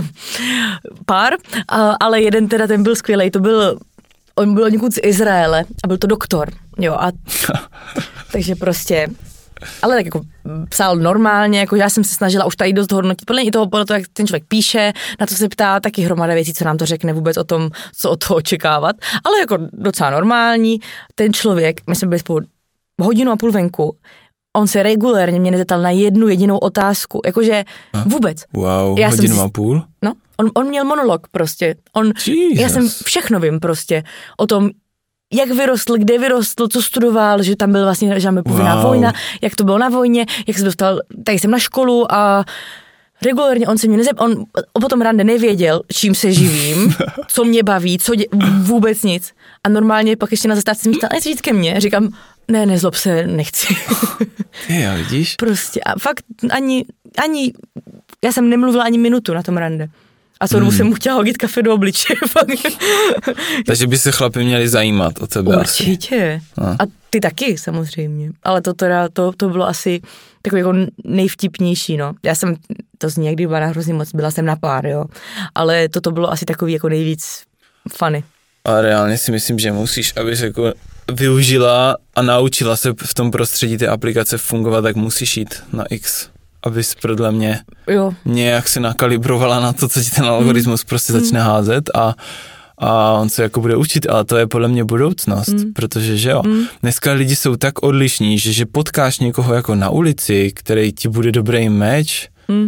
pár, ale jeden teda ten byl skvělej, on byl někud z Izraele a byl to doktor, jo, a takže prostě, ale tak jako psal normálně, jako já jsem se snažila už tady dost hodnotit, podle i toho, jak ten člověk píše, na to se ptá, taky hromada věcí, co nám to řekne vůbec o tom, co od toho očekávat, ale jako docela normální, ten člověk, my jsme byli spolu 1,5 hodiny venku, on se regulérně mě nezeptal na jednu jedinou otázku, jakože vůbec. Wow, 1,5 hodiny? No, on měl monolog prostě. Já jsem všechno vím prostě o tom, jak vyrostl, kde vyrostl, co studoval, že tam byl vlastně povinná vojna, jak to bylo na vojně, jak se dostal, tady jsem na školu a regulérně on se mě nezeptal, on po tom rande nevěděl, čím se živím, co mě baví, vůbec nic. A normálně pak ještě na zastávce mi ptal, co jít ke mně? Říkám, ne, nezlob se, nechci. Já vidíš? Prostě a fakt ani, já jsem nemluvila ani minutu na tom rande. A co dobu jsem mu chtěla hodit kafe do obličeje. Takže by se chlapi měli zajímat o tebe. Určitě. A ty taky samozřejmě. Ale to bylo asi takový jako nejvtipnější, no. Já jsem, to zní někdy byla hrozně moc, byla jsem na pár, jo. Ale toto bylo asi takový jako nejvíc funny. A reálně si myslím, že musíš, abys jako využila a naučila se v tom prostředí té aplikace fungovat, tak musíš jít na X, abys podle mě nějak se nakalibrovala na to, co ti ten algoritmus prostě začne házet a on se jako bude učit, ale to je podle mě budoucnost, protože že jo, dneska lidi jsou tak odlišní, že potkáš někoho jako na ulici, který ti bude dobrý meč,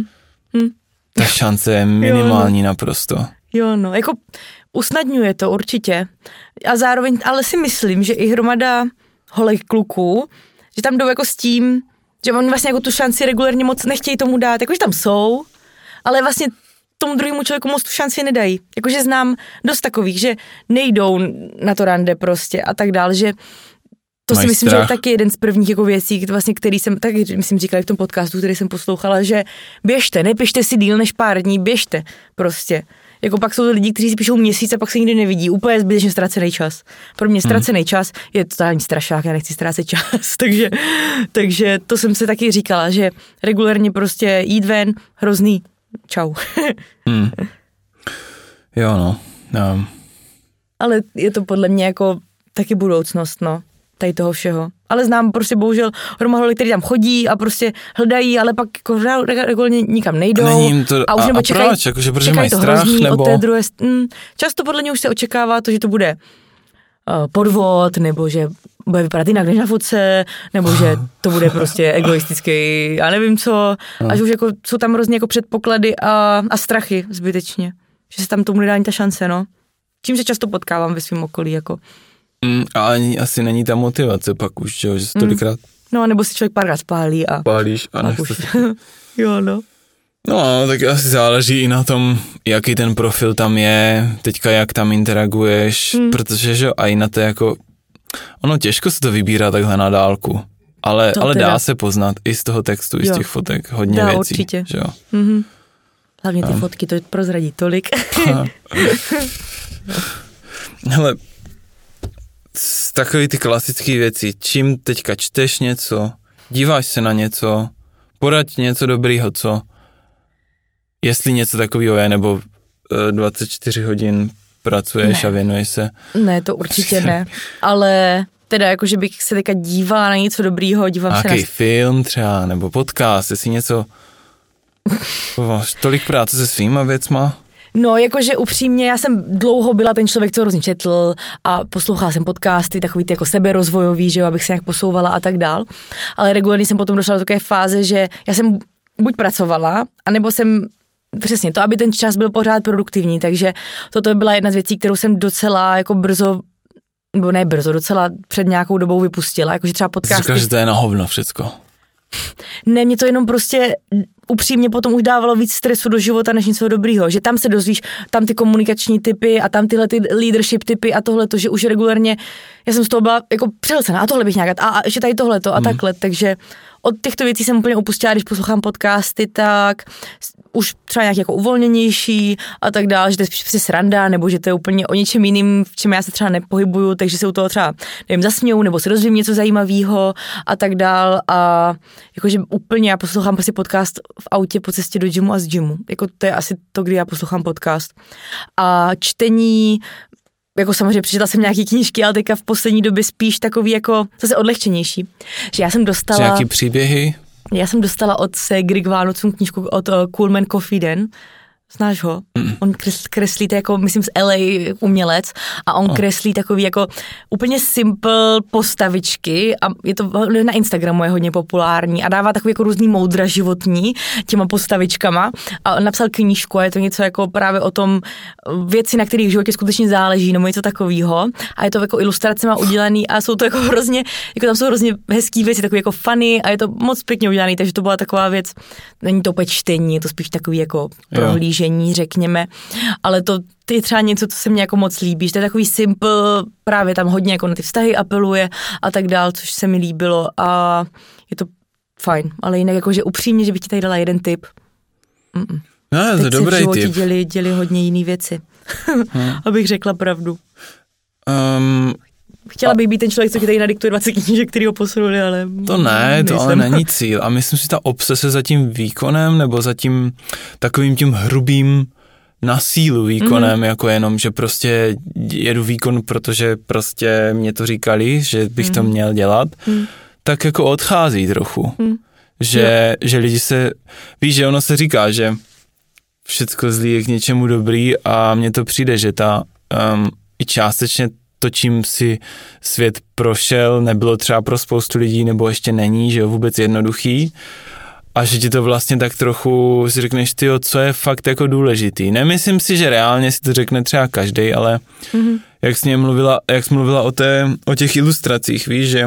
ta šance je minimální naprosto. Jo, no, jako usnadňuje to určitě a zároveň, ale si myslím, že i hromada holek kluků, že tam jdou jako s tím, že oni vlastně jako tu šanci regulérně moc nechtějí tomu dát, jakože tam jsou, ale vlastně tomu druhému člověku moc tu šanci nedají. Jakože znám dost takových, že nejdou na to rande prostě a tak dál, že to si myslím, že je taky jeden z prvních jako věcí, vlastně, který jsem taky, myslím, říkala v tom podcastu, který jsem poslouchala, že běžte, nepište si díl než pár dní, běžte prostě. Jako pak jsou to lidi, kteří si píšou měsíc a pak se nikdy nevidí. Úplně zbytečně ztracený čas. Pro mě ztracený čas je totální strašák, já nechci ztrácet čas. takže to jsem se taky říkala, že regulérně prostě jít ven, hrozný. Čau. Jo, no. Ale je to podle mě jako taky budoucnost, no. Tady toho všeho. Ale znám prostě bohužel hromadu lidí, kteří tam chodí a prostě hledají, ale pak jako regulárně nikam nejdou. A už nebo čekají, proč? Jakože protože mají strach? Nebo... Od té druhé, často podle mě už se očekává to, že to bude podvod, nebo že bude vypadat jinak než na fotce, nebo že to bude prostě egoistický, já nevím co. A že už jako, jsou tam hrozně jako předpoklady a strachy zbytečně. Že se tam tomu nedá ani ta šance, no. Čím se často potkávám ve svém okolí, jako. A ani asi není ta motivace pak už, že se tolikrát... No, nebo si člověk párkrát spálí a... Pálíš a nechce. Jo, no. No, tak asi záleží i na tom, jaký ten profil tam je, teďka jak tam interaguješ, protože že a i na to jako... Ono těžko se to vybírá takhle na dálku, ale dá se poznat i z toho textu, i z těch fotek, hodně dá, věcí. Určitě. Že jo. Hlavně ty fotky, to prozradí tolik. Hele, takový ty klasické věci, čím teďka čteš něco, díváš se na něco, poraď něco dobrýho, co, jestli něco takového je, nebo 24 hodin pracuješ a věnuješ se. Ne, to určitě ne, ale teda jako, že bych se teďka dívala na něco dobrýho, dívám se na... Nějaký film třeba, nebo podcast, jestli něco, máš tolik práce se svýma věcma? No, jakože upřímně, já jsem dlouho byla ten člověk, co hrozně četl a poslouchala jsem podcasty, takový ty jako seberozvojový, že jo, abych se nějak posouvala a tak dál. Ale regulárně jsem potom došla do takové fáze, že já jsem buď pracovala, anebo jsem přesně to, aby ten čas byl pořád produktivní, takže toto byla jedna z věcí, kterou jsem docela jako brzo, nebo ne brzo, docela před nějakou dobou vypustila, jakože třeba podcasty. Říkáš, že to je na hovno všecko. Ne, mě to jenom prostě upřímně potom už dávalo víc stresu do života než něco dobrýho, že tam se dozvíš, tam ty komunikační typy a tam tyhle ty leadership typy a tohleto, že už regulárně, já jsem z toho byla jako přehlcená a tohle bych nějak a ještě tady tohleto a takhle, takže od těchto věcí jsem úplně upustila, když poslouchám podcasty, tak už třeba nějak jako uvolněnější a tak dále, že to je spíš sranda, nebo že to je úplně o něčem jiným, v čem já se třeba nepohybuju, takže se u toho třeba, nevím, zasměju, nebo si dozvím něco zajímavého a tak dál a jakože úplně já poslouchám prostě podcast v autě po cestě do gymu a z gymu, jako to je asi to, kdy já poslouchám podcast a čtení, jako samozřejmě přečetla jsem nějaký knížky, ale teďka v poslední době spíš takový jako zase odlehčenější. Že já jsem dostala... Nějaký příběhy? Já jsem dostala od Segry k Vánocům knížku od Coolman Coffee Den. Znáš ho? On kreslí to jako, myslím, z LA umělec a on kreslí takový jako úplně simple postavičky a je to na Instagramu je hodně populární a dává takový jako různý moudra životní těma postavičkama a on napsal knížku a je to něco jako právě o tom věci, na kterých v životě skutečně záleží, nebo něco takového a je to jako ilustracema udělaný a jsou to jako hrozně, jako tam jsou hrozně hezký věci, takový jako funny a je to moc pěkně udělaný, takže to byla taková věc, není to úplně čtení, je to spíš takový jako prohlížení, řekněme, ale to je třeba něco, co se mně jako moc líbí, že to je takový simple, právě tam hodně jako na ty vztahy apeluje a tak dál, což se mi líbilo a je to fajn, ale jinak jakože upřímně, že bych ti tady dala jeden tip. No, to je dobrý tip. Teď se v životě děli hodně jiný věci, abych řekla pravdu. Chtěla bych být ten člověk, co ti tady nadiktuje 20 knížek, který ho posunuli, ale... To ne, to ale není cíl. A myslím si, ta obsese za tím výkonem, nebo za tím takovým tím hrubým na sílu výkonem, jako jenom, že prostě jedu výkon, protože prostě mě to říkali, že bych to měl dělat, tak jako odchází trochu. Že lidi se... Víš, že ono se říká, že všecko zlý je k něčemu dobrý a mně to přijde, že ta i částečně to, čím si svět prošel, nebylo třeba pro spoustu lidí, nebo ještě není, že jo, vůbec jednoduchý. A že ti to vlastně tak trochu si řekneš, tyjo, co je fakt jako důležitý. Nemyslím si, že reálně si to řekne třeba každej, ale jak jsi mluvila o těch ilustracích, víš, že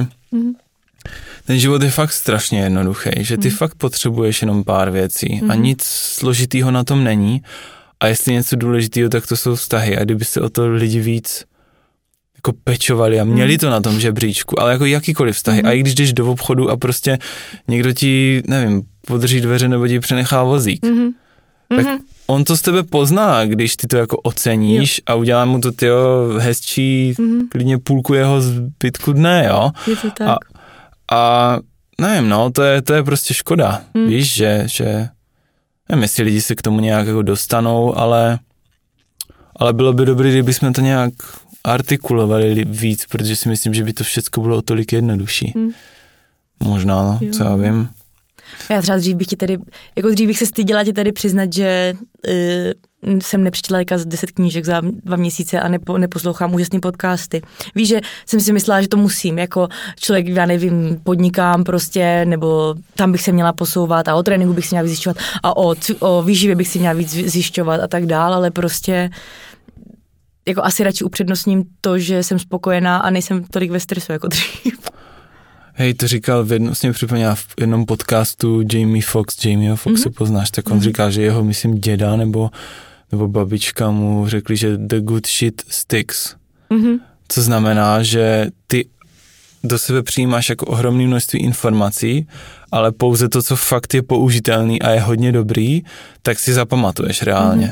ten život je fakt strašně jednoduchý, že ty fakt potřebuješ jenom pár věcí a nic složitýho na tom není. A jestli něco důležitýho, tak to jsou vztahy. A kdyby se o to lidi víc jako pečovali a měli to na tom žebříčku, ale jako jakýkoliv vztahy. A i když jdeš do obchodu a prostě někdo ti, nevím, podrží dveře nebo ti přenechá vozík, tak on to z tebe pozná, když ty to jako oceníš a udělá mu to tyjo hezčí, klidně půlku jeho zbytku dne, jo. Je to tak. A nevím, no, to je prostě škoda, víš, že nevím, jestli lidi se k tomu nějak jako dostanou, ale bylo by dobré, kdyby jsme to nějak artikulovali víc, protože si myslím, že by to všechno bylo o tolik jednodušší. Možná, no, co já vím. Já třeba dřív bych se styděla ti tady přiznat, že jsem nepřečetla z 10 knížek za 2 měsíce a neposlouchám úžasný podcasty. Víš, že jsem si myslela, že to musím, jako člověk, já nevím, podnikám prostě, nebo tam bych se měla posouvat a o tréninku bych si měla víc zjišťovat a o výživě bych si měla víc zjišťovat a tak dál, ale prostě jako asi radši upřednostním to, že jsem spokojená a nejsem tolik ve stresu jako dřív. Hej, to říkal vlastně připomněla v jednom podcastu Jamie Foxxe poznáš, tak on říká, že jeho, myslím, děda nebo babička mu řekli, že the good shit sticks. Co znamená, že ty do sebe přijímáš jako ohromné množství informací, ale pouze to, co fakt je použitelný a je hodně dobrý, tak si zapamatuješ reálně.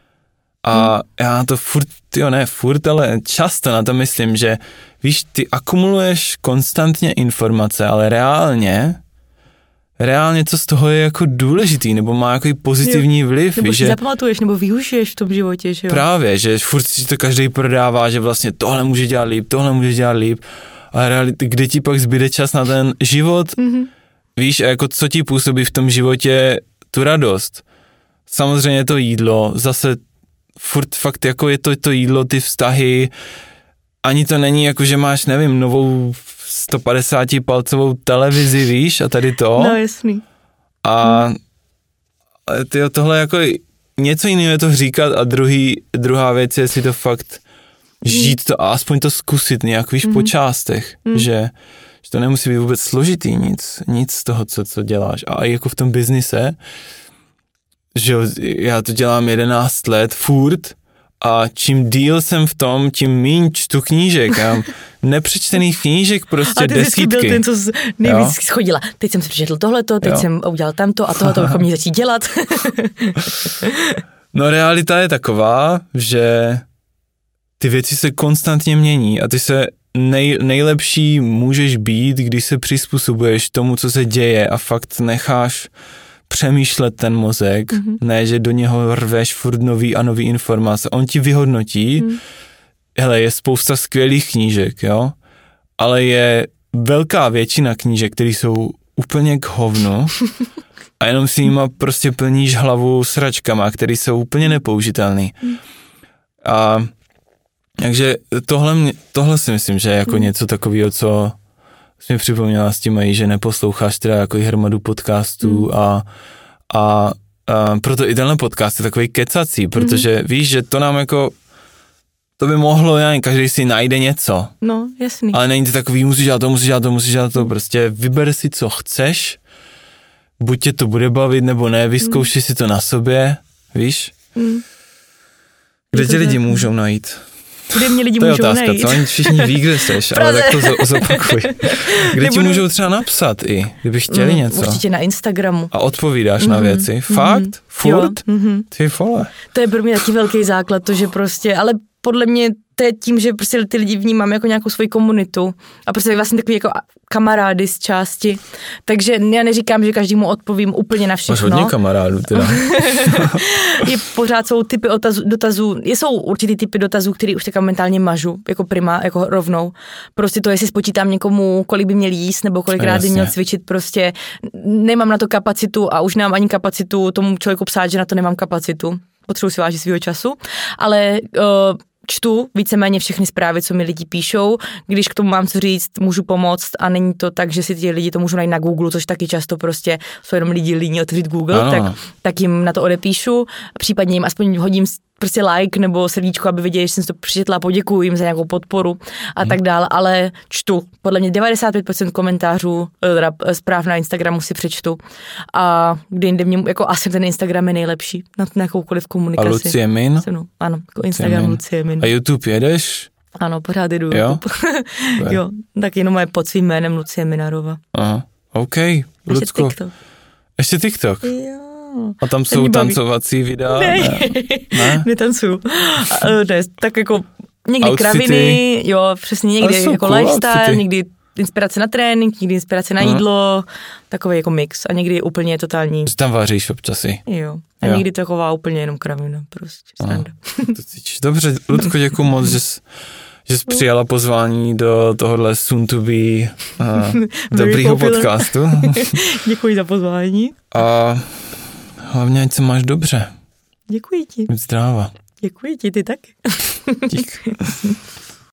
A já to ale často na to myslím, že víš, ty akumuluješ konstantně informace, ale reálně co z toho je jako důležitý, nebo má jako pozitivní vliv. Nebo víš, si že zapamatuješ, nebo využiješ v tom životě, že jo? Právě, že furt si to každý prodává, že vlastně tohle může dělat líp, a reality, kde ti pak zbyde čas na ten život, víš, a jako co ti působí v tom životě tu radost. Samozřejmě to jídlo, zase furt fakt jako je to jídlo, ty vztahy, ani to není jako, že máš, nevím, novou 150-palcovou televizi, víš, a tady to. No, jasný. A tyjo, tohle jako něco jiného je to říkat a druhá věc je si to fakt žít to a aspoň to zkusit nějak, víš, po částech, že to nemusí být vůbec složitý nic z toho, co děláš. A jako v tom biznise, že já to dělám 11 let furt a čím díl jsem v tom, tím míň čtu knížek. Já mám nepřečtených knížek prostě desítky. A ty byl ten, co nejvíc schodila. Teď jsem si přečetl tohleto, teď jsem udělal tamto a tohleto bychom měli začít dělat. No realita je taková, že ty věci se konstantně mění a ty se nejlepší můžeš být, když se přizpůsobuješ tomu, co se děje a fakt necháš přemýšlet ten mozek, ne, že do něho rveš furt nový a nový informace. On ti vyhodnotí, hele, je spousta skvělých knížek, jo, ale je velká většina knížek, které jsou úplně k hovnu a jenom si jima prostě plníš hlavu sračkama, které jsou úplně nepoužitelný. A takže tohle si myslím, že je jako něco takového, co jsi mi připomněla s tím, že neposloucháš teda jako hromadu podcastů a proto i tenhle podcast je takový kecací, protože víš, že to nám jako, to by mohlo, každý si najde něco. No, jasný. Ale není to takový, musíš dělat to, prostě vyber si, co chceš, buď tě to bude bavit, nebo ne, vyzkoušej si to na sobě, víš? Kde tě lidi můžou najít? Kde mě lidi to můžou najít? To je otázka, co všichni ví, kde seš, ale tak to zopakuj. Kde ti můžou třeba napsat i, kdyby chtěli něco? Určitě na Instagramu. A odpovídáš na věci? Fakt? Furt? Ty vole. To je pro mě taky velký základ, to, že prostě, ale podle mě to je tím, že prostě ty lidi vnímám jako nějakou svoji komunitu a prostě vlastně takový jako kamarády z části. Takže já neříkám, že každému odpovím úplně na všechno. Máš hodně kamarádů teda. Pořád jsou typy dotazů, jsou určitý typy dotazů, který už tak mentálně mažu, jako prima, jako rovnou. Prostě to, jestli spočítám někomu, kolik by měl jíst, nebo kolikrát by měl cvičit, prostě nemám na to kapacitu a už nemám ani kapacitu tomu člověku psát, že na to nemám kapacitu. Potřebuji si vážit svýho času, ale čtu víceméně všechny zprávy, co mi lidi píšou, když k tomu mám co říct, můžu pomoct a není to tak, že si ti lidi to můžou najít na Google, což taky často prostě jsou jenom lidi líní otevřít Google, tak jim na to odepíšu, případně jim aspoň hodím prostě like nebo srdíčko, aby viděli, že jsem to přečetla, poděkuju jim za nějakou podporu a tak dále, ale čtu. Podle mě 95% komentářů, zpráv na Instagramu si přečtu a kde jinde mě, jako asi ten Instagram je nejlepší na jakoukoliv komunikaci. A Lucie Min? Ano, jako Instagram Lucie Min. A YouTube jedeš? Ano, pořád jdu. Jo? Jo, tak jenom je pod svým jménem Lucie Minarova. Aha, OK. Lucko. Ještě TikTok? Jo. A tam jsou tancovací videa? Ne? Netancuju. Ne, tak jako někdy outfity. Kraviny, jo, přesně někdy jako cool lifestyle, outfity. Někdy inspirace na trénink, někdy inspirace na jídlo, takový jako mix a někdy úplně totální. Že tam vaříš občasy. Jo. A někdy taková úplně jenom kravina, prostě sranda. To cítíš. Dobře, Ludko, děkuju moc, že jsi přijala pozvání do tohohle soon to be dobrýho podcastu. Děkuji za pozvání. A hlavně, ať se máš dobře. Děkuji ti. Zdráva. Děkuji ti, ty taky. Dík.